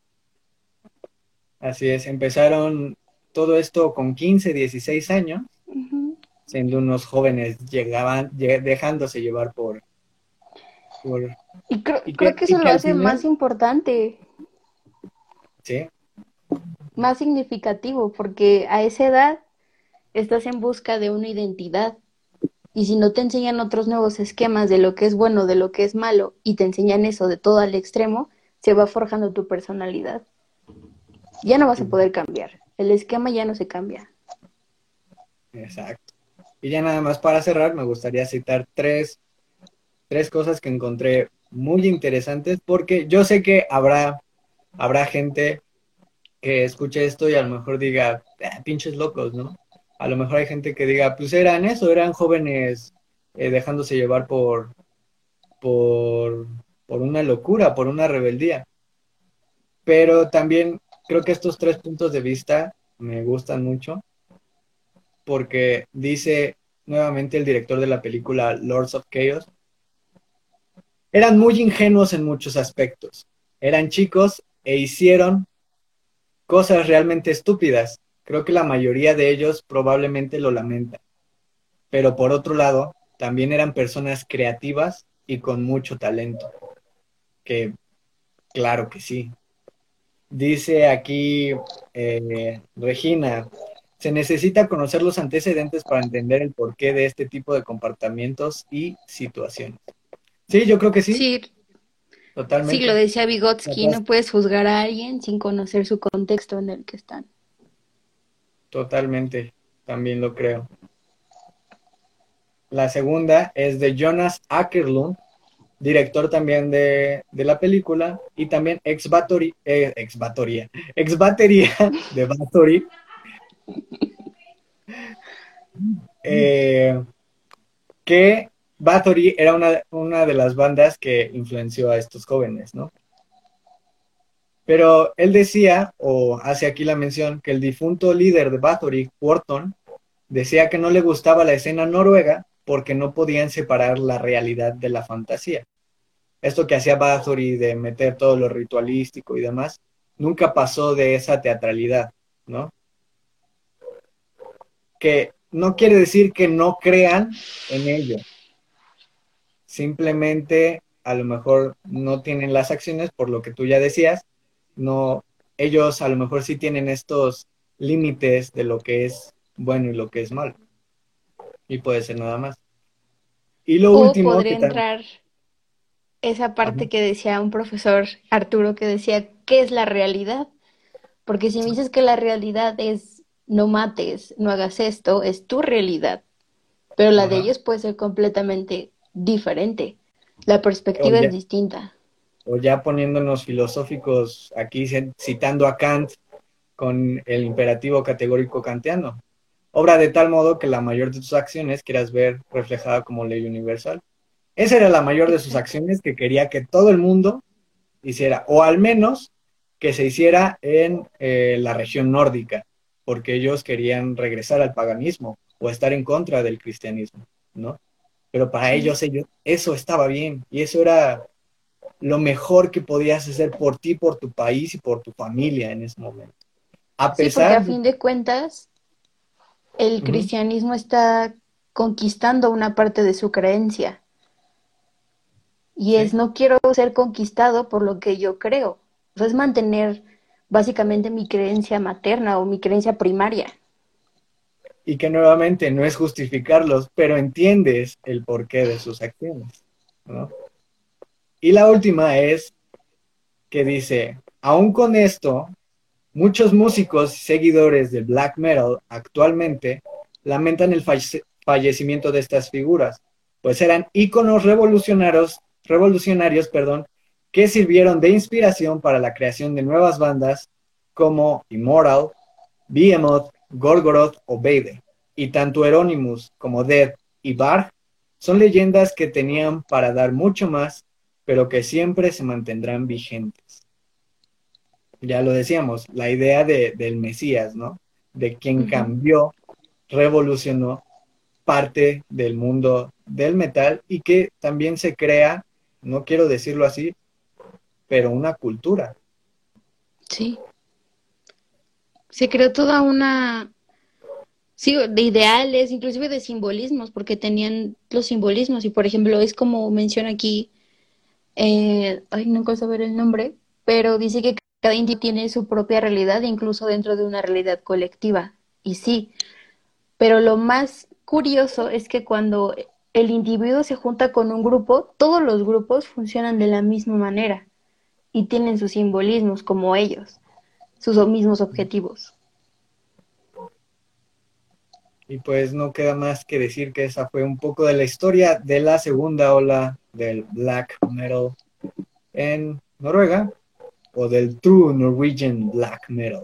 Así es, empezaron todo esto con quince dieciséis años, Uh-huh. siendo unos jóvenes, llegaban, lle- dejándose llevar por, por, Y creo, y creo que, que eso y lo que al hace más final, importante, sí, más significativo, porque a esa edad estás en busca de una identidad. Y si no te enseñan otros nuevos esquemas de lo que es bueno, de lo que es malo, y te enseñan eso de todo al extremo, se va forjando tu personalidad. Ya no vas a sí, poder cambiar. El esquema ya no se cambia. exacto. Y ya nada más para cerrar, me gustaría citar tres, tres cosas que encontré muy interesantes, porque yo sé que habrá, habrá gente que escuche esto y a lo mejor diga, "Ah, pinches locos, ¿no? A lo mejor hay gente que diga, pues eran eso, eran jóvenes eh, dejándose llevar por, por, por una locura, por una rebeldía. Pero también creo que estos tres puntos de vista me gustan mucho porque dice nuevamente el director de la película Lords of Chaos, eran muy ingenuos en muchos aspectos. Eran chicos e hicieron cosas realmente estúpidas. Creo que la mayoría de ellos probablemente lo lamentan. Pero por otro lado, también eran personas creativas y con mucho talento. Que claro que sí. Dice aquí eh, Regina, se necesita conocer los antecedentes para entender el porqué de este tipo de comportamientos y situaciones. Sí, yo creo que sí, Sí, sí, lo totalmente. decía Vygotsky, Capaz, no puedes juzgar a alguien sin conocer su contexto en el que están. totalmente, también lo creo. La segunda es de Jonas Åkerlund, director también de, de la película y también ex, batori, eh, ex, batoría, ex batería de Bathory, eh, que Bathory era una, una de las bandas que influenció a estos jóvenes, ¿no? Pero él decía, o hace aquí la mención, que el difunto líder de Bathory, Wharton, decía que no le gustaba la escena noruega porque no podían separar la realidad de la fantasía. Esto que hacía Bathory de meter todo lo ritualístico y demás, nunca pasó de esa teatralidad, ¿no? Que no quiere decir que no crean en ello, simplemente a lo mejor no tienen las acciones por lo que tú ya decías, no, ellos a lo mejor sí tienen estos límites de lo que es bueno y lo que es malo, y puede ser nada más. Y lo O último podría que también, entrar esa parte que decía un profesor, Arturo, que decía, ¿qué es la realidad? Porque si me dices que la realidad es no mates, no hagas esto, es tu realidad, pero la de ajá, ellos puede ser completamente diferente. La o perspectiva es ya, distinta. o ya poniéndonos filosóficos aquí citando a Kant con el imperativo categórico kantiano. obra de tal modo que la mayor de tus acciones quieras ver reflejada como ley universal. Esa era la mayor de sus acciones que quería que todo el mundo hiciera, o al menos que se hiciera en eh, la región nórdica, porque ellos querían regresar al paganismo o estar en contra del cristianismo, ¿no? Pero para Sí, ellos, ellos eso estaba bien y eso era lo mejor que podías hacer por ti, por tu país y por tu familia en ese momento. A sí, porque pesar a de... fin de cuentas el Ujú, cristianismo está conquistando una parte de su creencia y es sí, no quiero ser conquistado por lo que yo creo. O sea, es mantener básicamente mi creencia materna o mi creencia primaria. y que nuevamente no es justificarlos, pero entiendes el porqué de sus acciones, ¿no? Y la última es que dice, aún con esto, muchos músicos y seguidores del black metal actualmente lamentan el falle fallecimiento de estas figuras, pues eran íconos revolucionarios, revolucionarios, perdón, que sirvieron de inspiración para la creación de nuevas bandas como Immortal, Behemoth, Gorgoroth o Vader. Y tanto Euronymous como Death y Varg son leyendas que tenían para dar mucho más, pero que siempre se mantendrán vigentes. Ya lo decíamos, la idea de, del Mesías, ¿no? De quien Ujú. cambió, revolucionó parte del mundo del metal y que también se crea, no quiero decirlo así, pero una cultura. Sí, se creó toda una, sí, de ideales, inclusive de simbolismos, porque tenían los simbolismos y por ejemplo es como menciona aquí, eh, ay, nunca saber el nombre, pero dice que cada individuo tiene su propia realidad, incluso dentro de una realidad colectiva. Y sí, pero lo más curioso es que cuando el individuo se junta con un grupo, todos los grupos funcionan de la misma manera y tienen sus simbolismos como ellos, sus mismos objetivos. Y pues no queda más que decir que esa fue un poco de la historia de la segunda ola del black metal en Noruega o del true Norwegian black metal.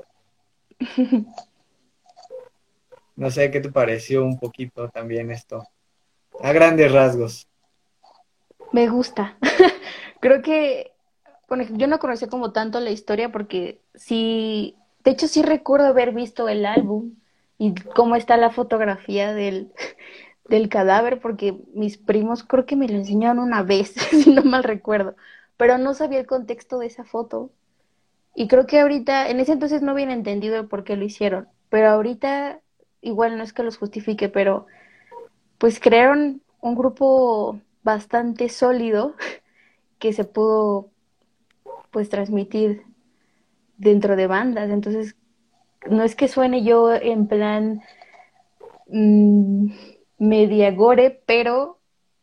No sé qué te pareció un poquito también esto, a grandes rasgos. Me gusta. Creo que, bueno, yo no conocía como tanto la historia porque sí, de hecho sí recuerdo haber visto el álbum y cómo está la fotografía del, del cadáver porque mis primos creo que me lo enseñaron una vez, si no mal recuerdo, pero no sabía el contexto de esa foto. Y creo que ahorita, en ese entonces no habían entendido el por qué lo hicieron, pero ahorita igual no es que los justifique, pero pues crearon un grupo bastante sólido que se pudo pues transmitir dentro de bandas. Entonces, no es que suene yo en plan mmm, media gore, pero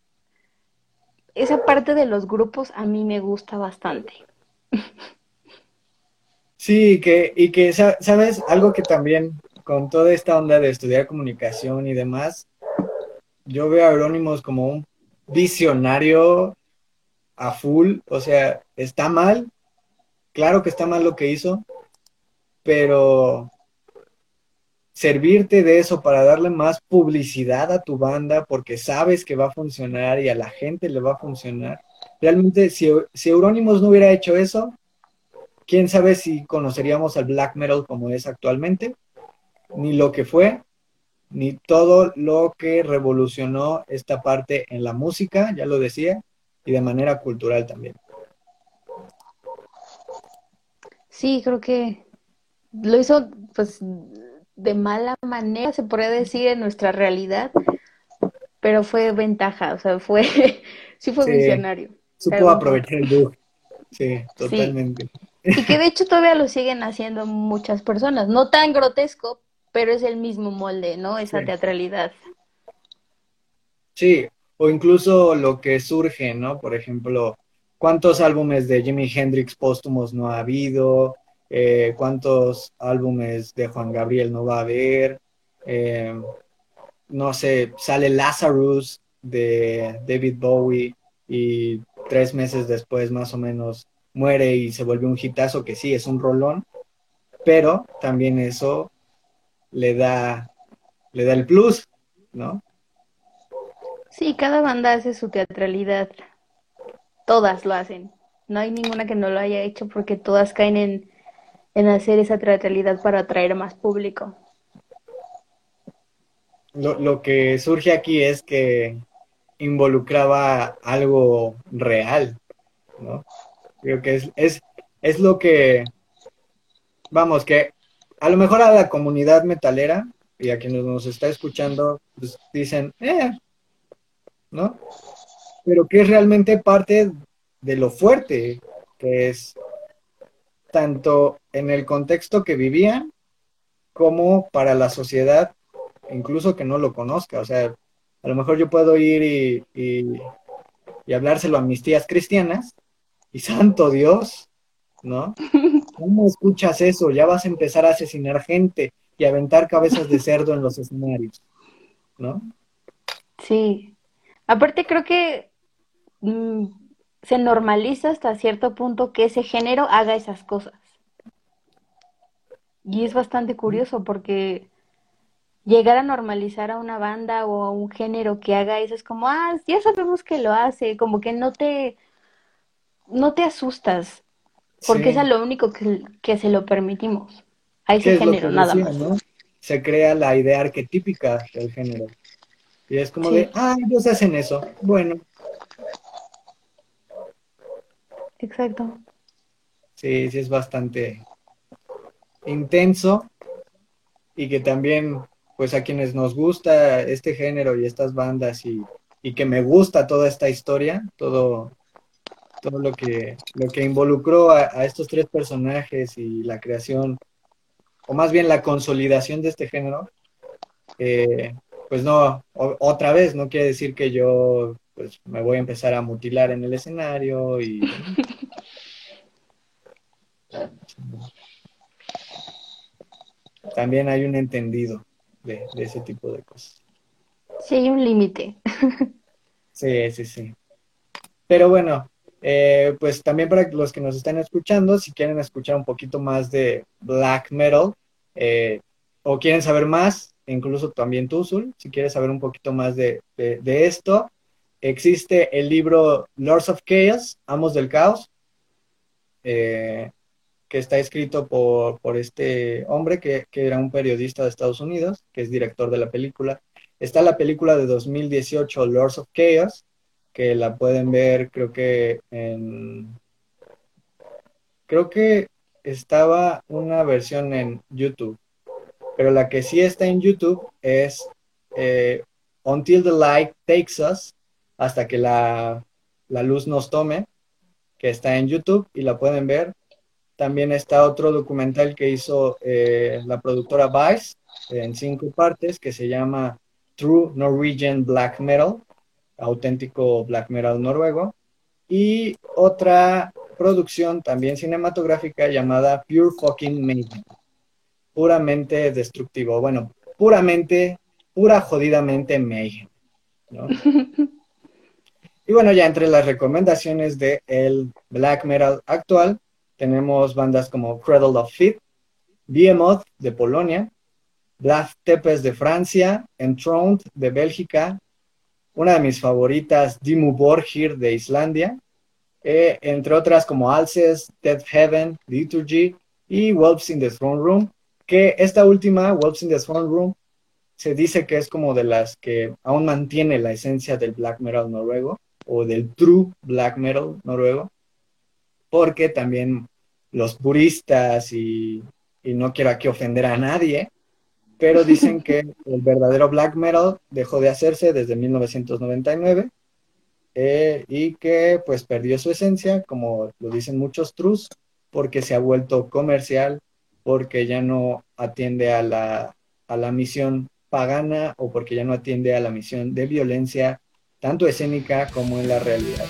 esa parte de los grupos a mí me gusta bastante. Sí, que, y que, sa- ¿sabes? Algo que también con toda esta onda de estudiar comunicación y demás, yo veo a Eurónimos como un visionario a full, o sea, está mal, claro que está mal lo que hizo, pero servirte de eso para darle más publicidad a tu banda porque sabes que va a funcionar y a la gente le va a funcionar. Realmente, si, si Euronymous no hubiera hecho eso, quién sabe si conoceríamos al black metal como es actualmente, ni lo que fue, ni todo lo que revolucionó esta parte en la música, ya lo decía, y de manera cultural también. Sí, creo que lo hizo pues de mala manera, se podría decir, en nuestra realidad, pero fue ventaja, o sea, fue, sí fue Sí, visionario, de supo algún modo. aprovechar el bug, sí, Sí, totalmente. y que de hecho todavía lo siguen haciendo muchas personas, no tan grotesco, pero es el mismo molde, ¿no? Esa Sí. teatralidad. Sí, o incluso lo que surge, ¿no? Por ejemplo, ¿cuántos álbumes de Jimi Hendrix póstumos no ha habido? Eh, ¿cuántos álbumes de Juan Gabriel no va a haber? Eh, no sé, sale Lazarus de David Bowie y tres meses después más o menos muere y se vuelve un hitazo que sí, es un rolón, pero también eso le da le da el plus, ¿no? Sí, cada banda hace su teatralidad. Todas lo hacen. No hay ninguna que no lo haya hecho porque todas caen en, en hacer esa teatralidad para atraer más público. Lo, lo que surge aquí es que involucraba algo real, ¿no? Creo que es, es, es lo que, vamos, que a lo mejor a la comunidad metalera y a quienes nos está escuchando, pues dicen, eh, ¿no? Pero que es realmente parte de lo fuerte que es tanto en el contexto que vivían como para la sociedad, incluso que no lo conozca. O sea, a lo mejor yo puedo ir y, y, y hablárselo a mis tías cristianas y santo Dios, ¿no? ¿Cómo escuchas eso? Ya vas a empezar a asesinar gente y aventar cabezas de cerdo en los escenarios, ¿no? Sí. Aparte creo que mm, se normaliza hasta cierto punto que ese género haga esas cosas. Y es bastante curioso porque llegar a normalizar a una banda o a un género que haga eso es como, ah, ya sabemos que lo hace, como que no te, no te asustas, porque es a Sí, lo único que, que se lo permitimos, a ese ¿qué es lo que género, nada decía, más. no? Se crea la idea arquetípica del género. Y es como de, Sí, ah, ellos hacen eso. Bueno, exacto. sí, sí es bastante intenso y que también, pues a quienes nos gusta este género y estas bandas y, y que me gusta toda esta historia, todo, todo lo que, lo que involucró a, a estos tres personajes y la creación, o más bien la consolidación de este género, eh, pues no, o- otra vez, no quiere decir que yo pues me voy a empezar a mutilar en el escenario y demás. También hay un entendido de, de ese tipo de cosas. Sí hay un límite. Sí, sí, sí. Pero bueno, eh, pues también para los que nos están escuchando, si quieren escuchar un poquito más de black metal, eh, o quieren saber más, incluso también tú, Zul, si quieres saber un poquito más de, de, de esto, existe el libro Lords of Chaos, Amos del Caos, eh, que está escrito por, por este hombre que, que era un periodista de Estados Unidos, que es director de la película. Está la película de dos mil dieciocho, Lords of Chaos, que la pueden ver, creo que en... Creo que estaba una versión en YouTube, pero la que sí está en YouTube es eh, Until the Light Takes Us, hasta que la, la luz nos tome, que está en YouTube y la pueden ver. También está otro documental que hizo eh, la productora Vice en cinco partes que se llama True Norwegian Black Metal, auténtico black metal noruego. Y otra producción también cinematográfica llamada Pure Fucking Mayhem, puramente destructivo. Bueno, puramente, pura jodidamente mayhem, ¿no? Y bueno, ya entre las recomendaciones de el black metal actual, tenemos bandas como Cradle of Filth, Behemoth de Polonia, Black Tepes de Francia, Enthroned de Bélgica, una de mis favoritas, Dimmu Borgir de Islandia, eh, entre otras como Alces, Death Heaven, Liturgy y Wolves in the Throne Room, que esta última, Wolves in the Throne Room, se dice que es como de las que aún mantiene la esencia del black metal noruego o del true black metal noruego, porque también los puristas y, y no quiero aquí ofender a nadie, pero dicen que el verdadero black metal dejó de hacerse desde mil novecientos noventa y nueve eh, y que pues perdió su esencia, como lo dicen muchos trus, porque se ha vuelto comercial, porque ya no atiende a la, a la misión pagana o porque ya no atiende a la misión de violencia, tanto escénica como en la realidad.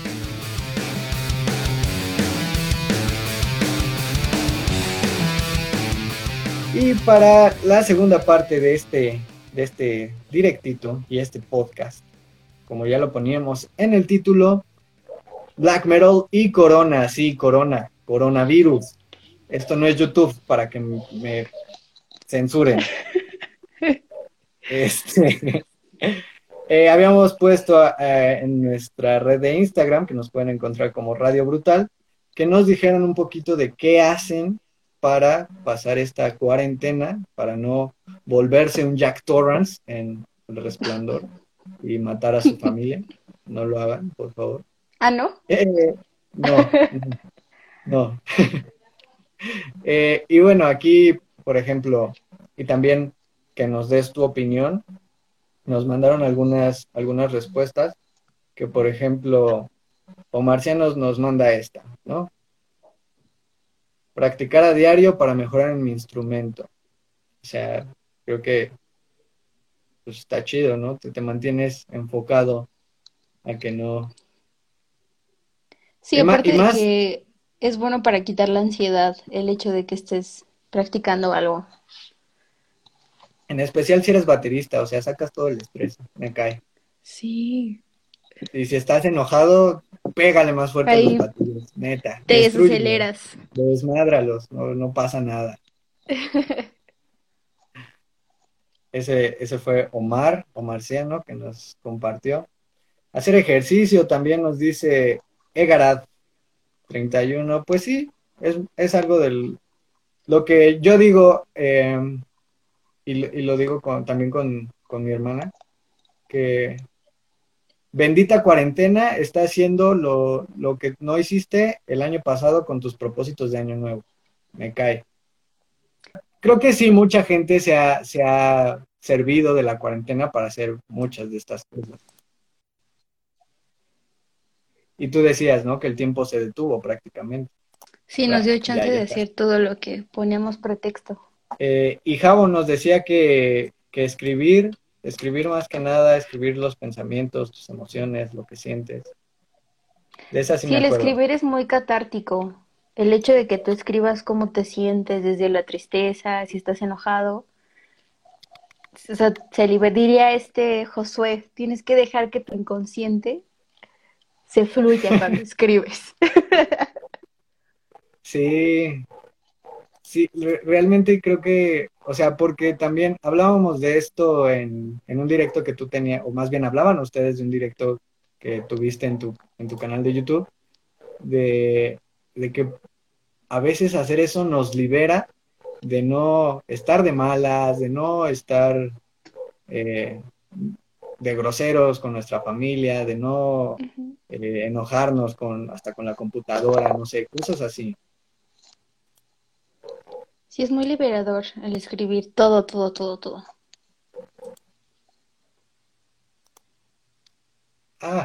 Y para la segunda parte de este, de este directito y este podcast, como ya lo poníamos en el título, Black Metal y Corona, sí, Corona, coronavirus. Esto no es YouTube para que me censuren. Este, eh, habíamos puesto eh, en nuestra red de Instagram, que nos pueden encontrar como Radio Brutal, que nos dijeran un poquito de qué hacen para pasar esta cuarentena, para no volverse un Jack Torrance en El Resplandor y matar a su familia. No lo hagan, por favor. Ah, ¿no? Eh, no, no, no. Eh, y bueno, aquí, por ejemplo, y también que nos des tu opinión, nos mandaron algunas, algunas respuestas, que por ejemplo, Omarcianos nos manda esta, ¿no? Practicar a diario para mejorar en mi instrumento. O sea, creo que pues, está chido, ¿no? Te, te mantienes enfocado a que no... Sí, Y más, y aparte de más, que es bueno para quitar la ansiedad, el hecho de que estés practicando algo. en especial si eres baterista, o sea, sacas todo el estrés, me cae. Sí. Y si estás enojado, pégale más fuerte a los Ahí baterías, neta, te destrúyelos, desaceleras. desmádralos, no, no pasa nada. Ese, ese fue Omar, Omarciano, que nos compartió. Hacer ejercicio también nos dice Egarad treinta y uno. Pues sí, es, es algo del... Lo que yo digo, eh, y, lo- y lo digo con- también con, con mi hermana, que bendita cuarentena está haciendo lo, lo que no hiciste el año pasado con tus propósitos de año nuevo. Me cae. Creo que sí, mucha gente se ha, se ha servido de la cuarentena para hacer muchas de estas cosas. Y tú decías, ¿no? Que el tiempo se detuvo prácticamente. Sí, nos Bueno, dio ya, chance de ya está. hacer todo lo que poníamos pretexto. Eh, y Javo nos decía que, que escribir, escribir más que nada, escribir los pensamientos, tus emociones, lo que sientes. De esa sí Sí, me el acuerdo. escribir es muy catártico. El hecho de que tú escribas cómo te sientes desde la tristeza, si estás enojado. O sea, se liber- diría este Josué, tienes que dejar que tu inconsciente se fluya cuando escribes. Sí, sí, re- realmente creo que, o sea, porque también hablábamos de esto en, en un directo que tú tenías, o más bien hablaban ustedes de un directo que tuviste en tu, en tu canal de YouTube, de, de que a veces hacer eso nos libera de no estar de malas, de no estar eh, de groseros con nuestra familia, de no eh, enojarnos con, hasta con la computadora, no sé, cosas así. Sí, es muy liberador el escribir todo, todo, todo, todo. Ah,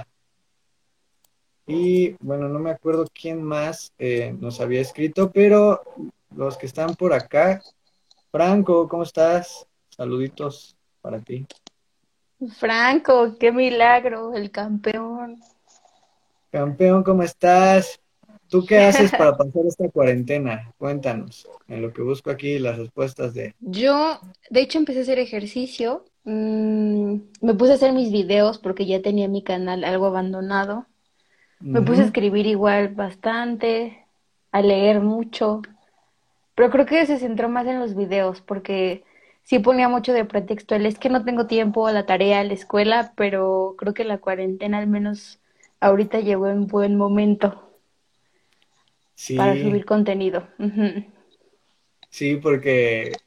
y bueno, no me acuerdo quién más eh, nos había escrito, pero los que están por acá, Franco, ¿cómo estás? Saluditos para ti. Franco, qué milagro, el campeón. Campeón, ¿cómo estás? ¿Tú qué haces para pasar esta cuarentena? Cuéntanos, en lo que busco aquí las respuestas de... Yo, de hecho, empecé a hacer ejercicio. Mm, me puse a hacer mis videos porque ya tenía mi canal algo abandonado. Me puse a Ujú. escribir igual bastante, a leer mucho, pero creo que se centró más en los videos porque sí ponía mucho de pretexto el es que no tengo tiempo, la tarea, la escuela, pero creo que la cuarentena al menos ahorita llegó en buen momento para Sí, subir contenido. Ujú. sí, porque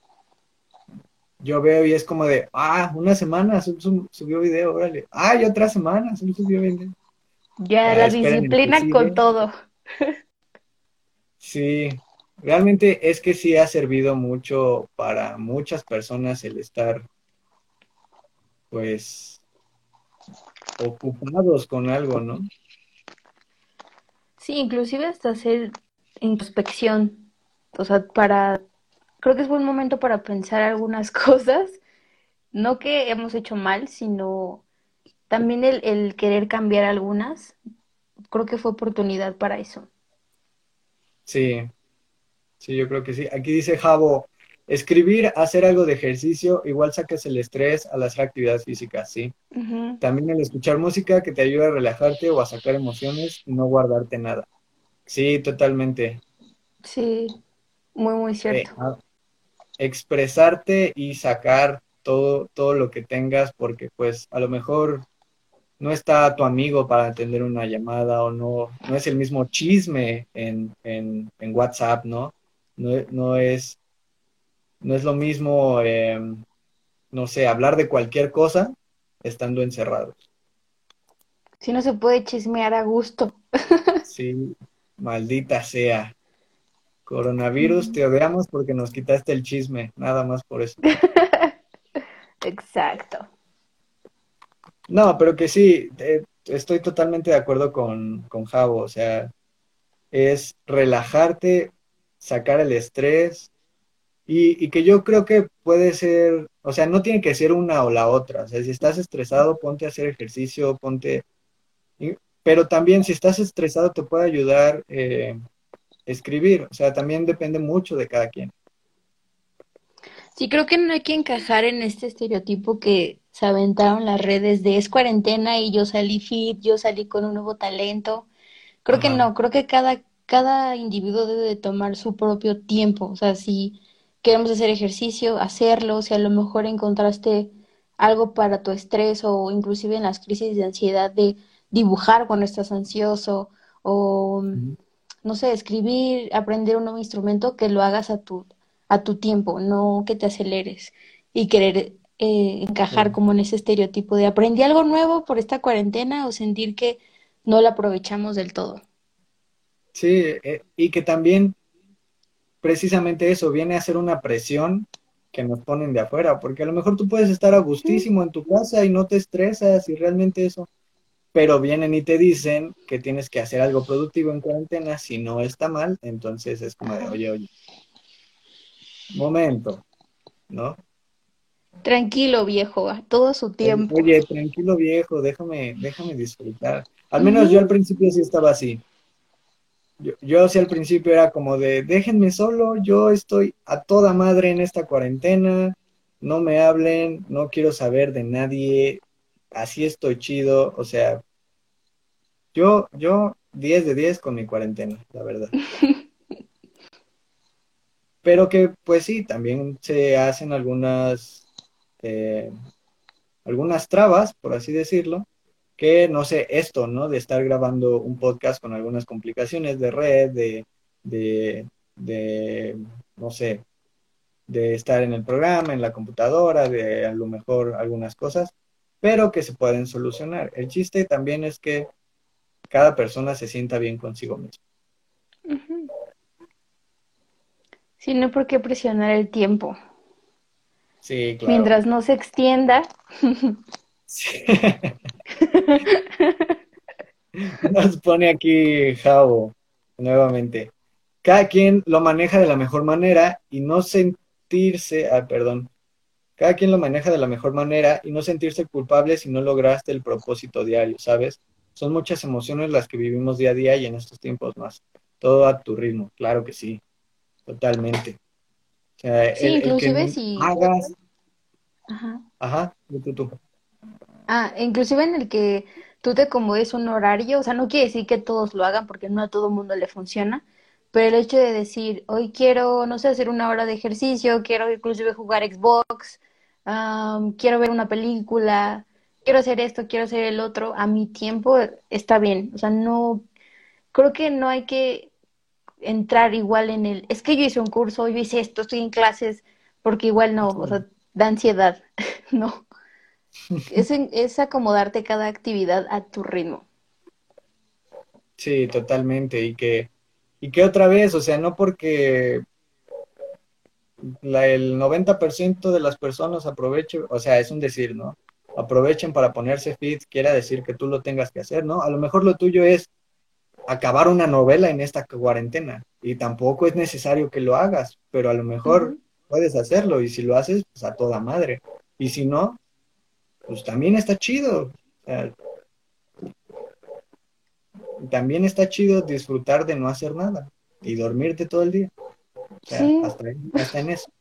yo veo y es como de, ah, una semana sub- sub- subió video, órale. Ah, y otra semana sub- subió video. Ya Ah, la esperen el que disciplina con sigue. todo. Sí, realmente es que sí ha servido mucho para muchas personas el estar, pues, ocupados con algo, ¿no? Sí, inclusive hasta hacer introspección. O sea, para, creo que es buen momento para pensar algunas cosas, no que hemos hecho mal, sino también el, el querer cambiar algunas. Creo que fue oportunidad para eso. Sí, sí, yo creo que sí. Aquí dice Javo, escribir, hacer algo de ejercicio, igual saques el estrés al hacer actividades físicas, sí. Ujú. También el escuchar música que te ayuda a relajarte o a sacar emociones y no guardarte nada. Sí, totalmente. Sí, muy, muy Eh, cierto. a- expresarte y sacar. todo, todo lo que tengas, porque pues a lo mejor no está tu amigo para atender una llamada o no, no es el mismo chisme en, en, en WhatsApp, ¿no? No, no es, no es lo mismo, eh, no sé, hablar de cualquier cosa estando encerrados. Si no se puede chismear a gusto. Sí, maldita sea. Coronavirus, Ujú. te odiamos porque nos quitaste el chisme, nada más por eso. Exacto. No, pero que sí, eh, estoy totalmente de acuerdo con, con Javo, o sea, es relajarte, sacar el estrés y, y que yo creo que puede ser, o sea, no tiene que ser una o la otra, o sea, si estás estresado, ponte a hacer ejercicio, ponte, y- pero también si estás estresado te puede ayudar eh, escribir, o sea, también depende mucho de cada quien. Sí, creo que no hay que encajar en este estereotipo que se aventaron las redes de es cuarentena y yo salí fit, yo salí con un nuevo talento. Creo que Ajá. no, creo que cada, cada individuo debe de tomar su propio tiempo. O sea, si queremos hacer ejercicio, hacerlo. Si a lo mejor encontraste algo para tu estrés o inclusive en las crisis de ansiedad de dibujar cuando estás ansioso o, Ujú. no sé, escribir, aprender un nuevo instrumento, que lo hagas a tu, a tu tiempo, no que te aceleres y querer eh, encajar Sí. como en ese estereotipo de aprendí algo nuevo por esta cuarentena o sentir que no la aprovechamos del todo. Sí, eh, y que también precisamente eso viene a ser una presión que nos ponen de afuera, porque a lo mejor tú puedes estar a Mm, gustísimo en tu casa y no te estresas y realmente eso, pero vienen y te dicen que tienes que hacer algo productivo en cuarentena, si no está mal, entonces es como de, ajá. oye, oye, momento, ¿no? Tranquilo, viejo, a todo su Oye, tiempo. oye, tranquilo viejo, déjame, déjame disfrutar. Al menos yo al Ujú. principio sí estaba así. Yo, yo sí al principio era como de, déjenme solo, yo estoy a toda madre en esta cuarentena, no me hablen, no quiero saber de nadie, así estoy chido, o sea, yo, yo diez de diez con mi cuarentena, la verdad. Pero que pues sí, también se hacen algunas, eh, algunas trabas, por así decirlo, que no sé, esto, ¿no? De estar grabando un podcast con algunas complicaciones de red, de, de, de no sé, de estar en el programa, en la computadora, de a lo mejor algunas cosas, pero que se pueden solucionar. El chiste también es que cada persona se sienta bien consigo mismo. Ujú. Sí, no hay por qué presionar el tiempo. Sí, claro. Mientras no se extienda. Sí. Nos pone aquí Javo nuevamente. Cada quien lo maneja de la mejor manera y no sentirse, ah, perdón, cada quien lo maneja de la mejor manera y no sentirse culpable si no lograste el propósito diario, ¿sabes? Son muchas emociones las que vivimos día a día y en estos tiempos más. Todo a tu ritmo, claro que sí, totalmente. O sea, Sí, el, el inclusive que si, hagas, ajá. ajá, tú, tú, tú. Ah, inclusive en el que tú te acomodes un horario, o sea, no quiere decir que todos lo hagan porque no a todo mundo le funciona, pero el hecho de decir, hoy quiero, no sé, hacer una hora de ejercicio, quiero inclusive jugar Xbox, am, quiero ver una película, quiero hacer esto, quiero hacer el otro, a mi tiempo está bien, o sea, no, creo que no hay que entrar igual en el, es que yo hice un curso, yo hice esto, estoy en clases, porque igual no, o sea, da ansiedad, no. Es, en- es acomodarte cada actividad a tu ritmo. Sí, totalmente. Y que, y que otra vez, o sea, no porque la, el noventa por ciento de las personas aprovechen, o sea, es un decir, ¿no? Aprovechen para ponerse fit, quiera decir que tú lo tengas que hacer, ¿no? A lo mejor lo tuyo es acabar una novela en esta cuarentena y tampoco es necesario que lo hagas, pero a lo mejor Ujú. puedes hacerlo y si lo haces, pues a toda madre. Y si no, pues también está chido. O sea, también está chido disfrutar de no hacer nada y dormirte todo el día. O sea, Sí, hasta, hasta en eso.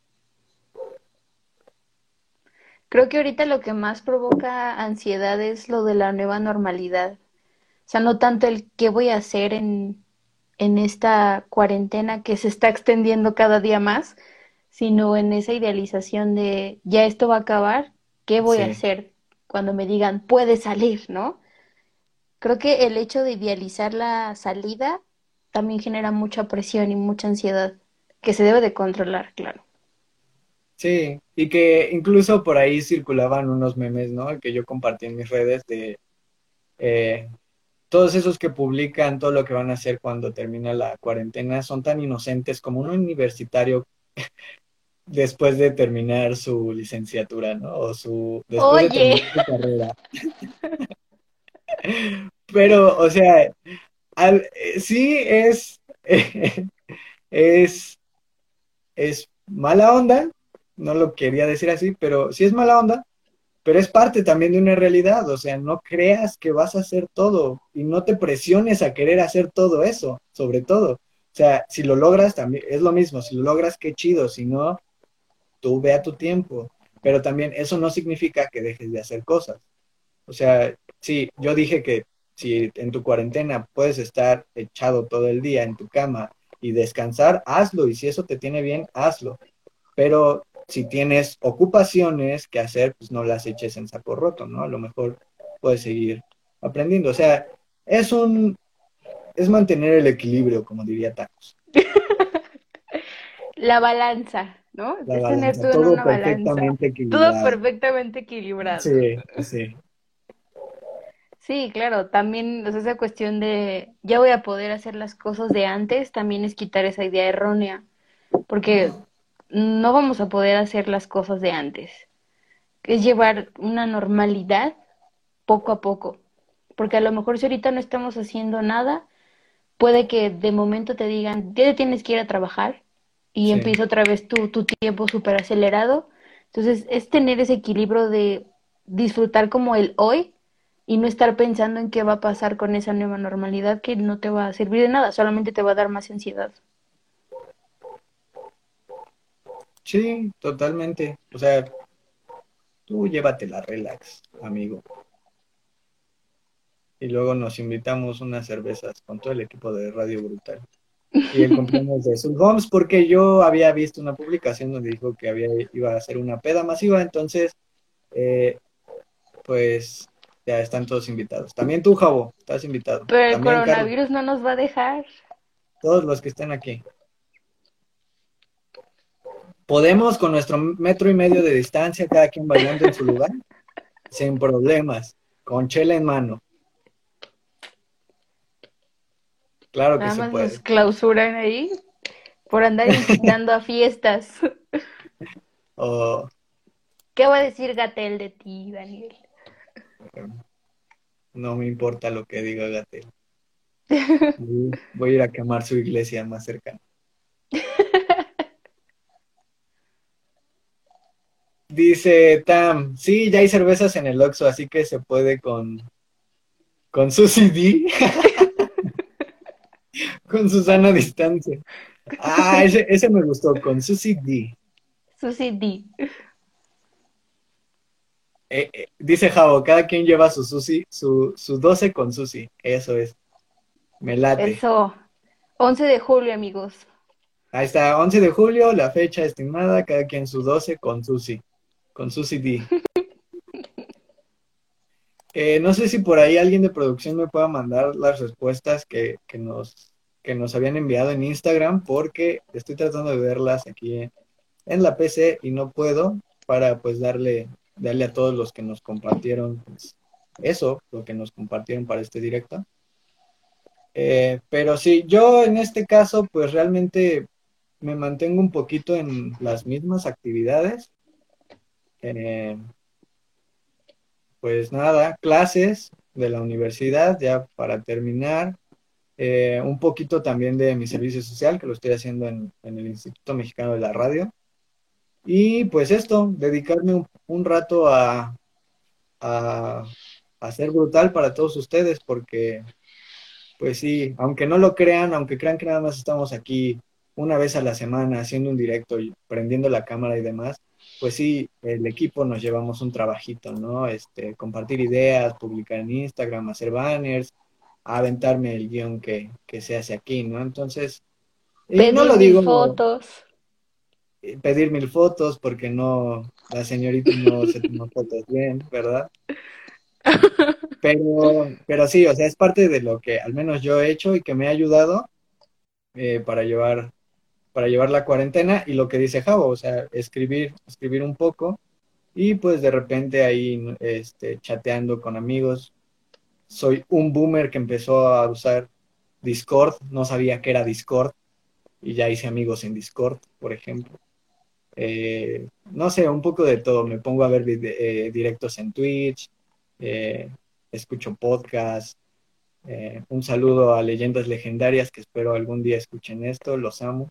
creo que ahorita lo que más provoca ansiedad es lo de la nueva normalidad. O sea, no tanto el qué voy a hacer en, en esta cuarentena que se está extendiendo cada día más, sino en esa idealización de ya esto va a acabar, ¿qué voy a Sí, hacer cuando me digan puedes salir, ¿no? Creo que el hecho de idealizar la salida también genera mucha presión y mucha ansiedad que se debe de controlar, claro. sí, y que incluso por ahí circulaban unos memes, ¿no? Que yo compartí en mis redes de eh, todos esos que publican todo lo que van a hacer cuando termina la cuarentena son tan inocentes como un universitario después de terminar su licenciatura, ¿no? O su, después de Oye, terminar su carrera. Pero, o sea, al- eh, sí es, es, es mala onda, no lo quería decir así, pero sí es mala onda, pero es parte también de una realidad, o sea, no creas que vas a hacer todo y no te presiones a querer hacer todo eso, sobre todo. O sea, si lo logras, también es lo mismo, si lo logras, qué chido, si no, tú ve a tu tiempo, pero también eso no significa que dejes de hacer cosas. O sea, sí, yo dije que si en tu cuarentena puedes estar echado todo el día en tu cama y descansar, hazlo, y si eso te tiene bien, hazlo. Pero si tienes ocupaciones que hacer, pues no las eches en saco roto, ¿no? A lo mejor puedes seguir aprendiendo. O sea, es un, es mantener el equilibrio, como diría Thanos. la balanza, ¿no? La Es tener balanza, todo en todo una balanza. perfectamente Todo equilibrado. perfectamente equilibrado. Sí, sí, Sí, claro, también o sea, esa cuestión de ya voy a poder hacer las cosas de antes, también es quitar esa idea errónea, porque no vamos a poder hacer las cosas de antes. Es llevar una normalidad poco a poco, porque a lo mejor si ahorita no estamos haciendo nada, puede que de momento te digan, ya te tienes que ir a trabajar y sí. empieza otra vez tu, tu tiempo súper acelerado. Entonces, es tener ese equilibrio de disfrutar como el hoy y no estar pensando en qué va a pasar con esa nueva normalidad que no te va a servir de nada, solamente te va a dar más ansiedad. Sí, totalmente. O sea, tú llévatela relax, amigo. Y luego nos invitamos unas cervezas con todo el equipo de Radio Brutal. Y el cumpleaños de Sul Holmes, porque yo había visto una publicación donde dijo que había, iba a hacer una peda masiva, entonces, eh, pues ya están todos invitados. También tú, Javo, estás invitado. Pero el También Carlos, coronavirus no nos va a dejar. todos los que estén aquí. Podemos con nuestro metro y medio de distancia, cada quien bailando en su lugar, sin problemas, con chela en mano. Claro que Nada se más nos puede. clausuran ahí por andar incitando a fiestas. O ¿Qué va a decir Gatel de ti, Daniel? eh, no me importa lo que diga Gatel. Voy a ir a quemar su iglesia más cercana. Dice Tam, sí, ya hay cervezas en el Oxxo, así que se puede con, con su C D, con Susana Distancia. Ah, ese, ese me gustó, con su C D. Susy D. Eh, eh, dice Javo, cada quien lleva su Susi, su, su doce con Susi. Eso es, me late. Eso. once de julio, amigos. Ahí está, once de julio, la fecha estimada, cada quien su doce con Susi, con Susi D. Eh, no sé si por ahí alguien de producción me pueda mandar las respuestas que, que nos, que nos habían enviado en Instagram, porque estoy tratando de verlas aquí en, en la P C y no puedo para pues darle, darle a todos los que nos compartieron pues, eso, lo que nos compartieron para este directo. Eh, pero sí, yo en este caso pues realmente me mantengo un poquito en las mismas actividades. Eh, pues nada, clases de la universidad ya para terminar. Eh, un poquito también de mi servicio social, que lo estoy haciendo en, en el Instituto Mexicano de la Radio. Y pues esto, dedicarme un, un rato a, a, a ser brutal para todos ustedes, porque pues sí, aunque no lo crean, aunque crean que nada más estamos aquí una vez a la semana haciendo un directo y prendiendo la cámara y demás, pues sí, el equipo nos llevamos un trabajito, ¿no? Este, compartir ideas, publicar en Instagram, hacer banners, aventarme el guión que, que se hace aquí, ¿no? Entonces, y no Pedir lo mil digo, fotos. pedir mil fotos porque no, la señorita no se tomó fotos bien, ¿verdad? Pero, pero sí, o sea, es parte de lo que al menos yo he hecho y que me ha ayudado eh, para llevar, para llevar la cuarentena y lo que dice Javo, o sea, escribir, escribir un poco y pues de repente ahí este, chateando con amigos. Soy un boomer que empezó a usar Discord, no sabía que era Discord y ya hice amigos en Discord, por ejemplo. Eh, no sé, un poco de todo. Me pongo a ver vide- eh, directos en Twitch, eh, escucho podcasts. Eh, un saludo a Leyendas Legendarias que espero algún día escuchen esto, los amo.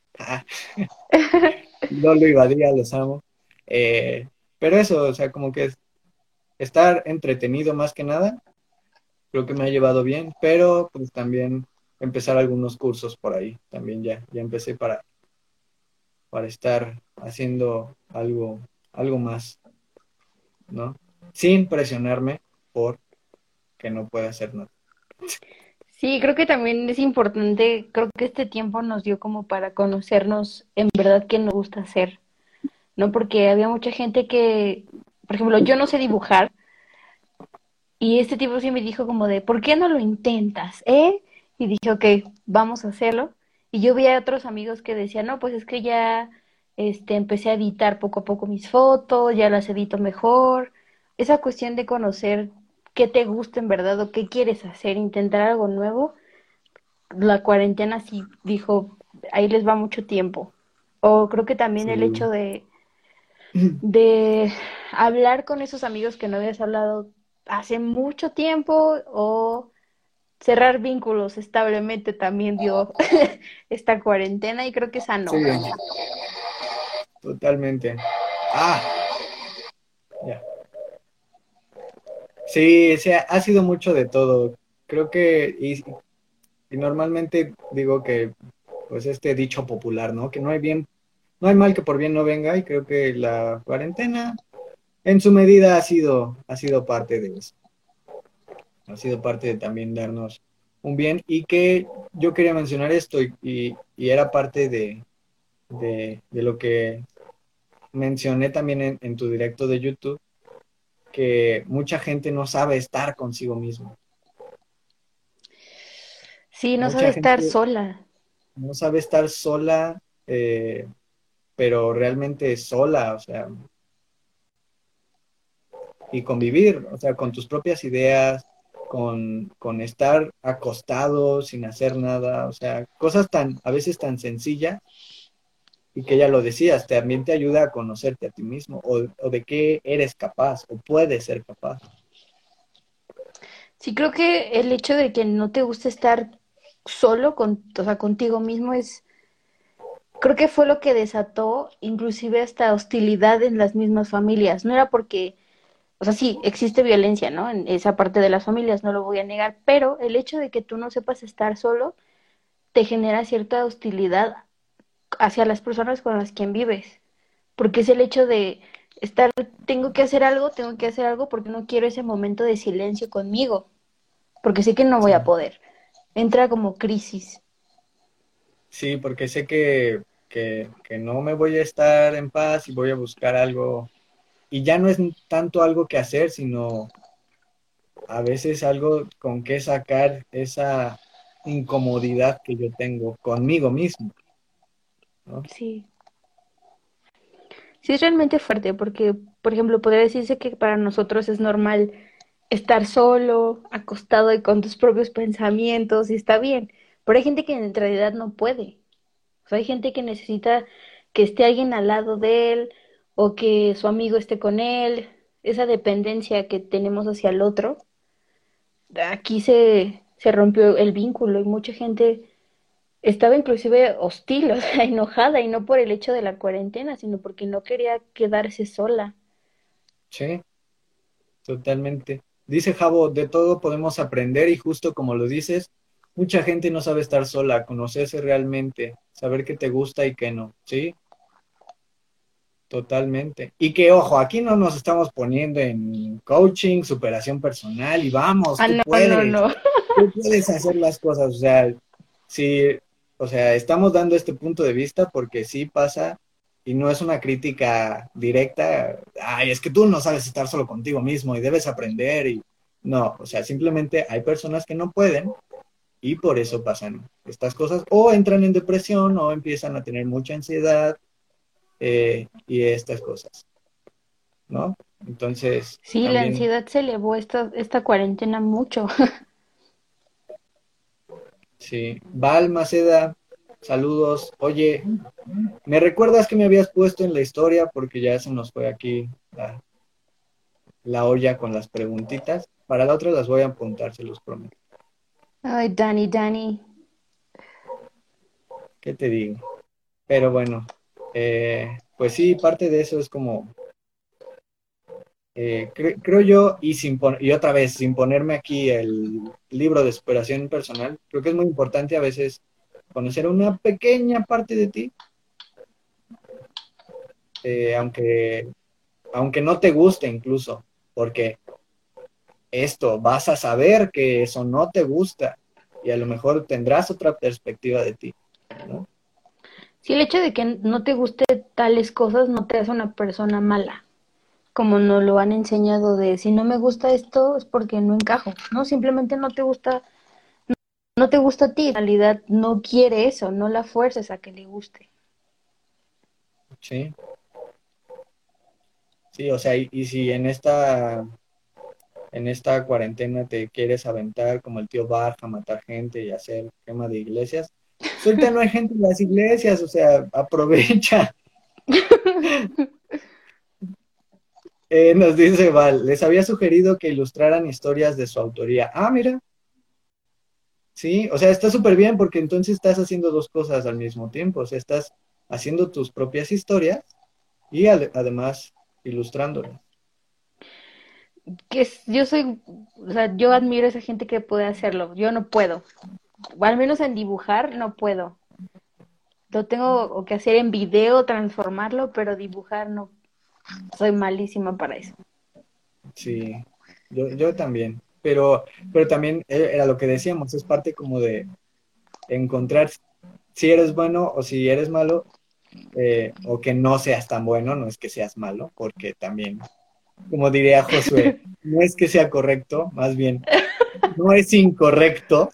Lolo y Badía, los amo. Eh, pero eso, o sea, como que es- estar entretenido más que nada, creo que me ha llevado bien, pero pues también empezar algunos cursos por ahí, también ya, ya empecé para, para estar haciendo algo, algo más, ¿no? Sin presionarme por que no pueda hacer nada. Sí, creo que también es importante, creo que este tiempo nos dio como para conocernos en verdad qué nos gusta hacer, ¿no? Porque había mucha gente que, por ejemplo, yo no sé dibujar y este tipo sí me dijo como de, ¿por qué no lo intentas, eh? Y dije, ok, vamos a hacerlo. Y yo vi a otros amigos que decían, no, pues es que ya este, empecé a editar poco a poco mis fotos, ya las edito mejor. Esa cuestión de conocer qué te gusta en verdad o qué quieres hacer, intentar algo nuevo, la cuarentena sí dijo, ahí les va mucho tiempo. O creo que también el Sí. hecho de, de hablar con esos amigos que no habías hablado hace mucho tiempo o cerrar vínculos establemente también dio esta cuarentena y creo que Sí, sano. totalmente. Ah, ya. Sí, sí, ha ha sido mucho de todo. Creo que, y, y normalmente digo que, pues este dicho popular, ¿no? Que no hay bien, no hay mal que por bien no venga, y creo que la cuarentena, en su medida, ha sido, ha sido parte de eso. Ha sido parte de también darnos un bien, y que yo quería mencionar esto, y, y- y era parte de, de, de lo que mencioné también en, en tu directo de YouTube, que mucha gente no sabe estar consigo mismo. Sí, no sabe Mucha estar gente sola. no sabe estar sola, eh, pero realmente sola, o sea, y convivir, o sea, con tus propias ideas, con, con estar acostado sin hacer nada, o sea, cosas tan, a veces tan sencillas, y que ya lo decías, también te ayuda a conocerte a ti mismo, o, o de qué eres capaz, o puedes ser capaz. Sí, creo que el hecho de que no te guste estar solo con, o sea, contigo mismo es, creo que fue lo que desató inclusive hasta hostilidad en las mismas familias. No era porque, o sea, sí, existe violencia, ¿no? En esa parte de las familias, no lo voy a negar, pero el hecho de que tú no sepas estar solo te genera cierta hostilidad hacia las personas con las que vives, porque es el hecho de estar, tengo que hacer algo, tengo que hacer algo porque no quiero ese momento de silencio conmigo, porque sé que no voy Sí, a poder. Entra como crisis. sí, porque sé que, que, que no me voy a estar en paz y voy a buscar algo, y ya no es tanto algo que hacer, sino a veces algo con que sacar esa incomodidad que yo tengo conmigo mismo, ¿no? Sí. Sí, es realmente fuerte porque, por ejemplo, podría decirse que para nosotros es normal estar solo, acostado y con tus propios pensamientos y está bien, pero hay gente que en realidad no puede. O sea, hay gente que necesita que esté alguien al lado de él o que su amigo esté con él, esa dependencia que tenemos hacia el otro. Aquí se, se rompió el vínculo y mucha gente estaba inclusive hostil, o sea, enojada y no por el hecho de la cuarentena, sino porque no quería quedarse sola. Sí, totalmente. Dice Javo, de todo podemos aprender, y justo como lo dices, mucha gente no sabe estar sola, conocerse realmente, saber qué te gusta y qué no, ¿sí? Totalmente. Y que, ojo, aquí no nos estamos poniendo en coaching, superación personal, y vamos, Ah, tú no, no, puedes, no. tú puedes hacer las cosas, o sea, sí, o sea, estamos dando este punto de vista porque sí pasa, y no es una crítica directa, ay, es que tú no sabes estar solo contigo mismo y debes aprender y no, o sea, simplemente hay personas que no pueden y por eso pasan estas cosas o entran en depresión o empiezan a tener mucha ansiedad eh, y estas cosas, ¿no? Entonces, Sí, la también, ansiedad se elevó esta, esta cuarentena mucho. sí. Val Maceda, saludos. Oye, ¿me recuerdas que me habías puesto en la historia? Porque ya se nos fue aquí la, la olla con las preguntitas. Para la otra las voy a apuntar, se los prometo. Ay, Dani, Dani. ¿Qué te digo? Pero bueno, eh, pues sí, parte de eso es como, eh, cre- creo yo, y, sin pon- y otra vez, sin ponerme aquí el libro de superación personal, creo que es muy importante a veces conocer una pequeña parte de ti, eh, aunque, aunque no te guste incluso, porque esto, vas a saber que eso no te gusta y a lo mejor tendrás otra perspectiva de ti, ¿no? Sí, el hecho de que no te guste tales cosas no te hace una persona mala, como nos lo han enseñado de si no me gusta esto es porque no encajo, ¿no? Simplemente no te gusta, no te gusta a ti, en realidad no quiere eso, no la fuerces a que le guste. Sí, sí, o sea, y, y si en esta, en esta cuarentena te quieres aventar como el tío Barja, a matar gente y hacer quema de iglesias, pues ahorita no hay gente en las iglesias, o sea, aprovecha. Eh, nos dice Val, les había sugerido que ilustraran historias de su autoría. Ah, mira, sí, o sea, está súper bien porque entonces estás haciendo dos cosas al mismo tiempo, o sea, estás haciendo tus propias historias y al- además ilustrándolas. Que es- yo soy, o sea, yo admiro a esa gente que puede hacerlo, yo no puedo, o al menos en dibujar no puedo. Lo tengo o que hacer en video, transformarlo, pero dibujar no, soy malísima para eso. Sí, yo, yo también, pero, pero también eh, era lo que decíamos, es parte como de encontrar si eres bueno o si eres malo, eh, o que no seas tan bueno, no es que seas malo, porque también, como diría Josué, no es que sea correcto, más bien, no es incorrecto.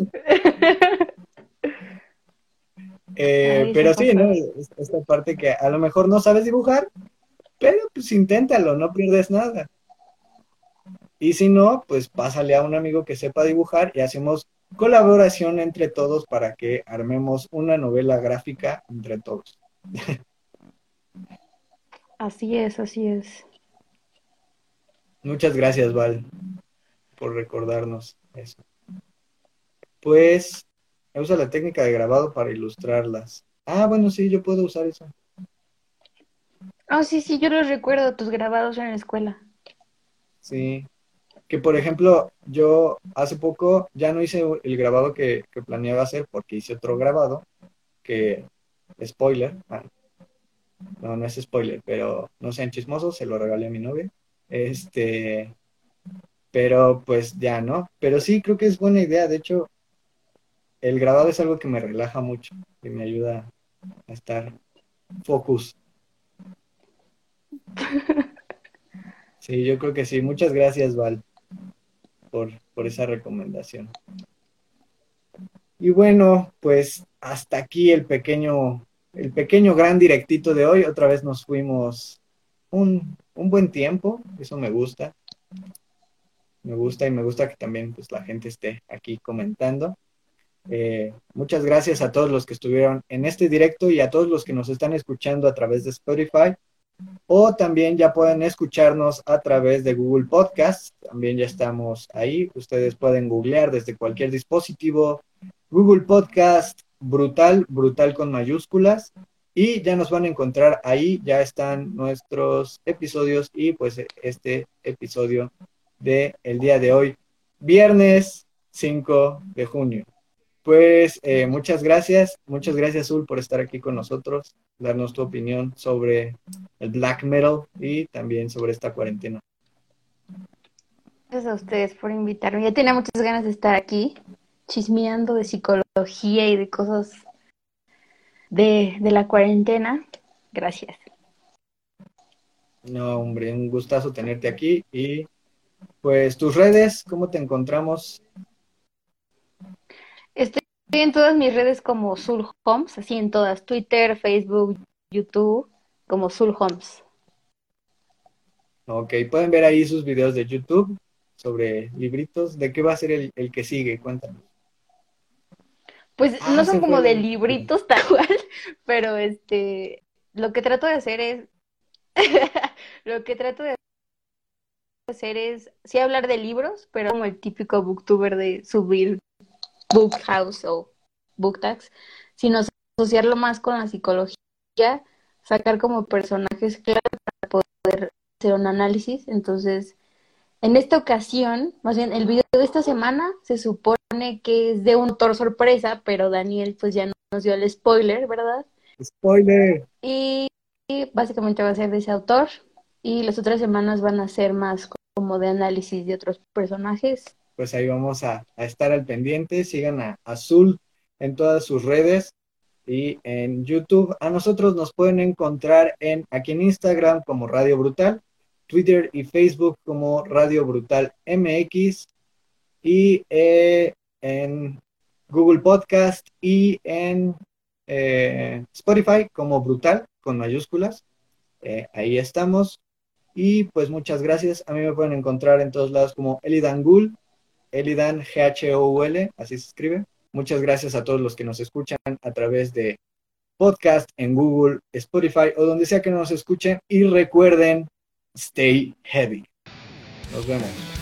Eh, Ay, se pero sí, ¿no? pasó. Es- Esta parte que a lo mejor no sabes dibujar, pero pues inténtalo, no pierdes nada. Y si no, pues pásale a un amigo que sepa dibujar y hacemos colaboración entre todos para que armemos una novela gráfica entre todos. Así es, así es. Muchas gracias, Val, por recordarnos eso. Pues usa la técnica de grabado para ilustrarlas. Ah, bueno, sí, yo puedo usar eso. Ah, sí, sí, yo los recuerdo, tus grabados en la escuela. Sí. Que por ejemplo, yo hace poco ya no hice el grabado que, que planeaba hacer porque hice otro grabado que, spoiler, ah, no, no es spoiler, pero no sean chismosos, se lo regalé a mi novia. Este, pero pues ya, ¿no? Pero sí, creo que es buena idea. De hecho, el grabado es algo que me relaja mucho, que me ayuda a estar focus. Sí, yo creo que sí. Muchas gracias, Val, por, por esa recomendación. Y bueno, pues hasta aquí el pequeño, el pequeño gran directito de hoy. Otra vez nos fuimos un, un buen tiempo, eso me gusta. Me gusta y me gusta que también pues, la gente esté aquí comentando. Eh, muchas gracias a todos los que estuvieron en este directo y a todos los que nos están escuchando a través de Spotify o también ya pueden escucharnos a través de Google Podcast. También ya estamos ahí. Ustedes pueden googlear desde cualquier dispositivo Google Podcast brutal, brutal con mayúsculas. Y ya nos van a encontrar ahí, ya están nuestros episodios y pues este episodio de el día de hoy, viernes cinco de junio. Pues eh, muchas gracias, muchas gracias Zul por estar aquí con nosotros, darnos tu opinión sobre el black metal y también sobre esta cuarentena. Gracias a ustedes por invitarme. Ya tenía muchas ganas de estar aquí, chismeando de psicología y de cosas de, de la cuarentena. Gracias. No, hombre, un gustazo tenerte aquí. Y pues tus redes, ¿cómo te encontramos? Estoy en todas mis redes como Zul Homes, así en todas, Twitter, Facebook, YouTube, como Zul Homes. Ok, pueden ver ahí sus videos de YouTube sobre libritos. ¿De qué va a ser el, el que sigue? Cuéntanos. Pues Ah, no son se fue como de el... libritos tal cual, pero este, lo que trato de hacer es, lo que trato de hacer es, sí hablar de libros, pero como el típico booktuber de subir book house o book tags, sino asociarlo más con la psicología, sacar como personajes claros para poder hacer un análisis. Entonces, en esta ocasión, más bien el video de esta semana se supone que es de un autor sorpresa, pero Daniel pues ya nos dio el spoiler, ¿verdad? Spoiler. Y, y básicamente va a ser de ese autor y las otras semanas van a ser más como de análisis de otros personajes. Pues ahí vamos a, a estar al pendiente. Sigan a Azul en todas sus redes y en YouTube. A nosotros nos pueden encontrar en aquí en Instagram como Radio Brutal, Twitter y Facebook como Radio Brutal M X y eh, en Google Podcast y en eh, Spotify como Brutal con mayúsculas. Eh, ahí estamos. Y pues muchas gracias. A mí me pueden encontrar en todos lados como Elidan Ghoul, Elidan G H O U L, así se escribe. Muchas gracias a todos los que nos escuchan a través de podcast en Google, Spotify o donde sea que nos escuchen. Y recuerden, stay heavy. Nos vemos.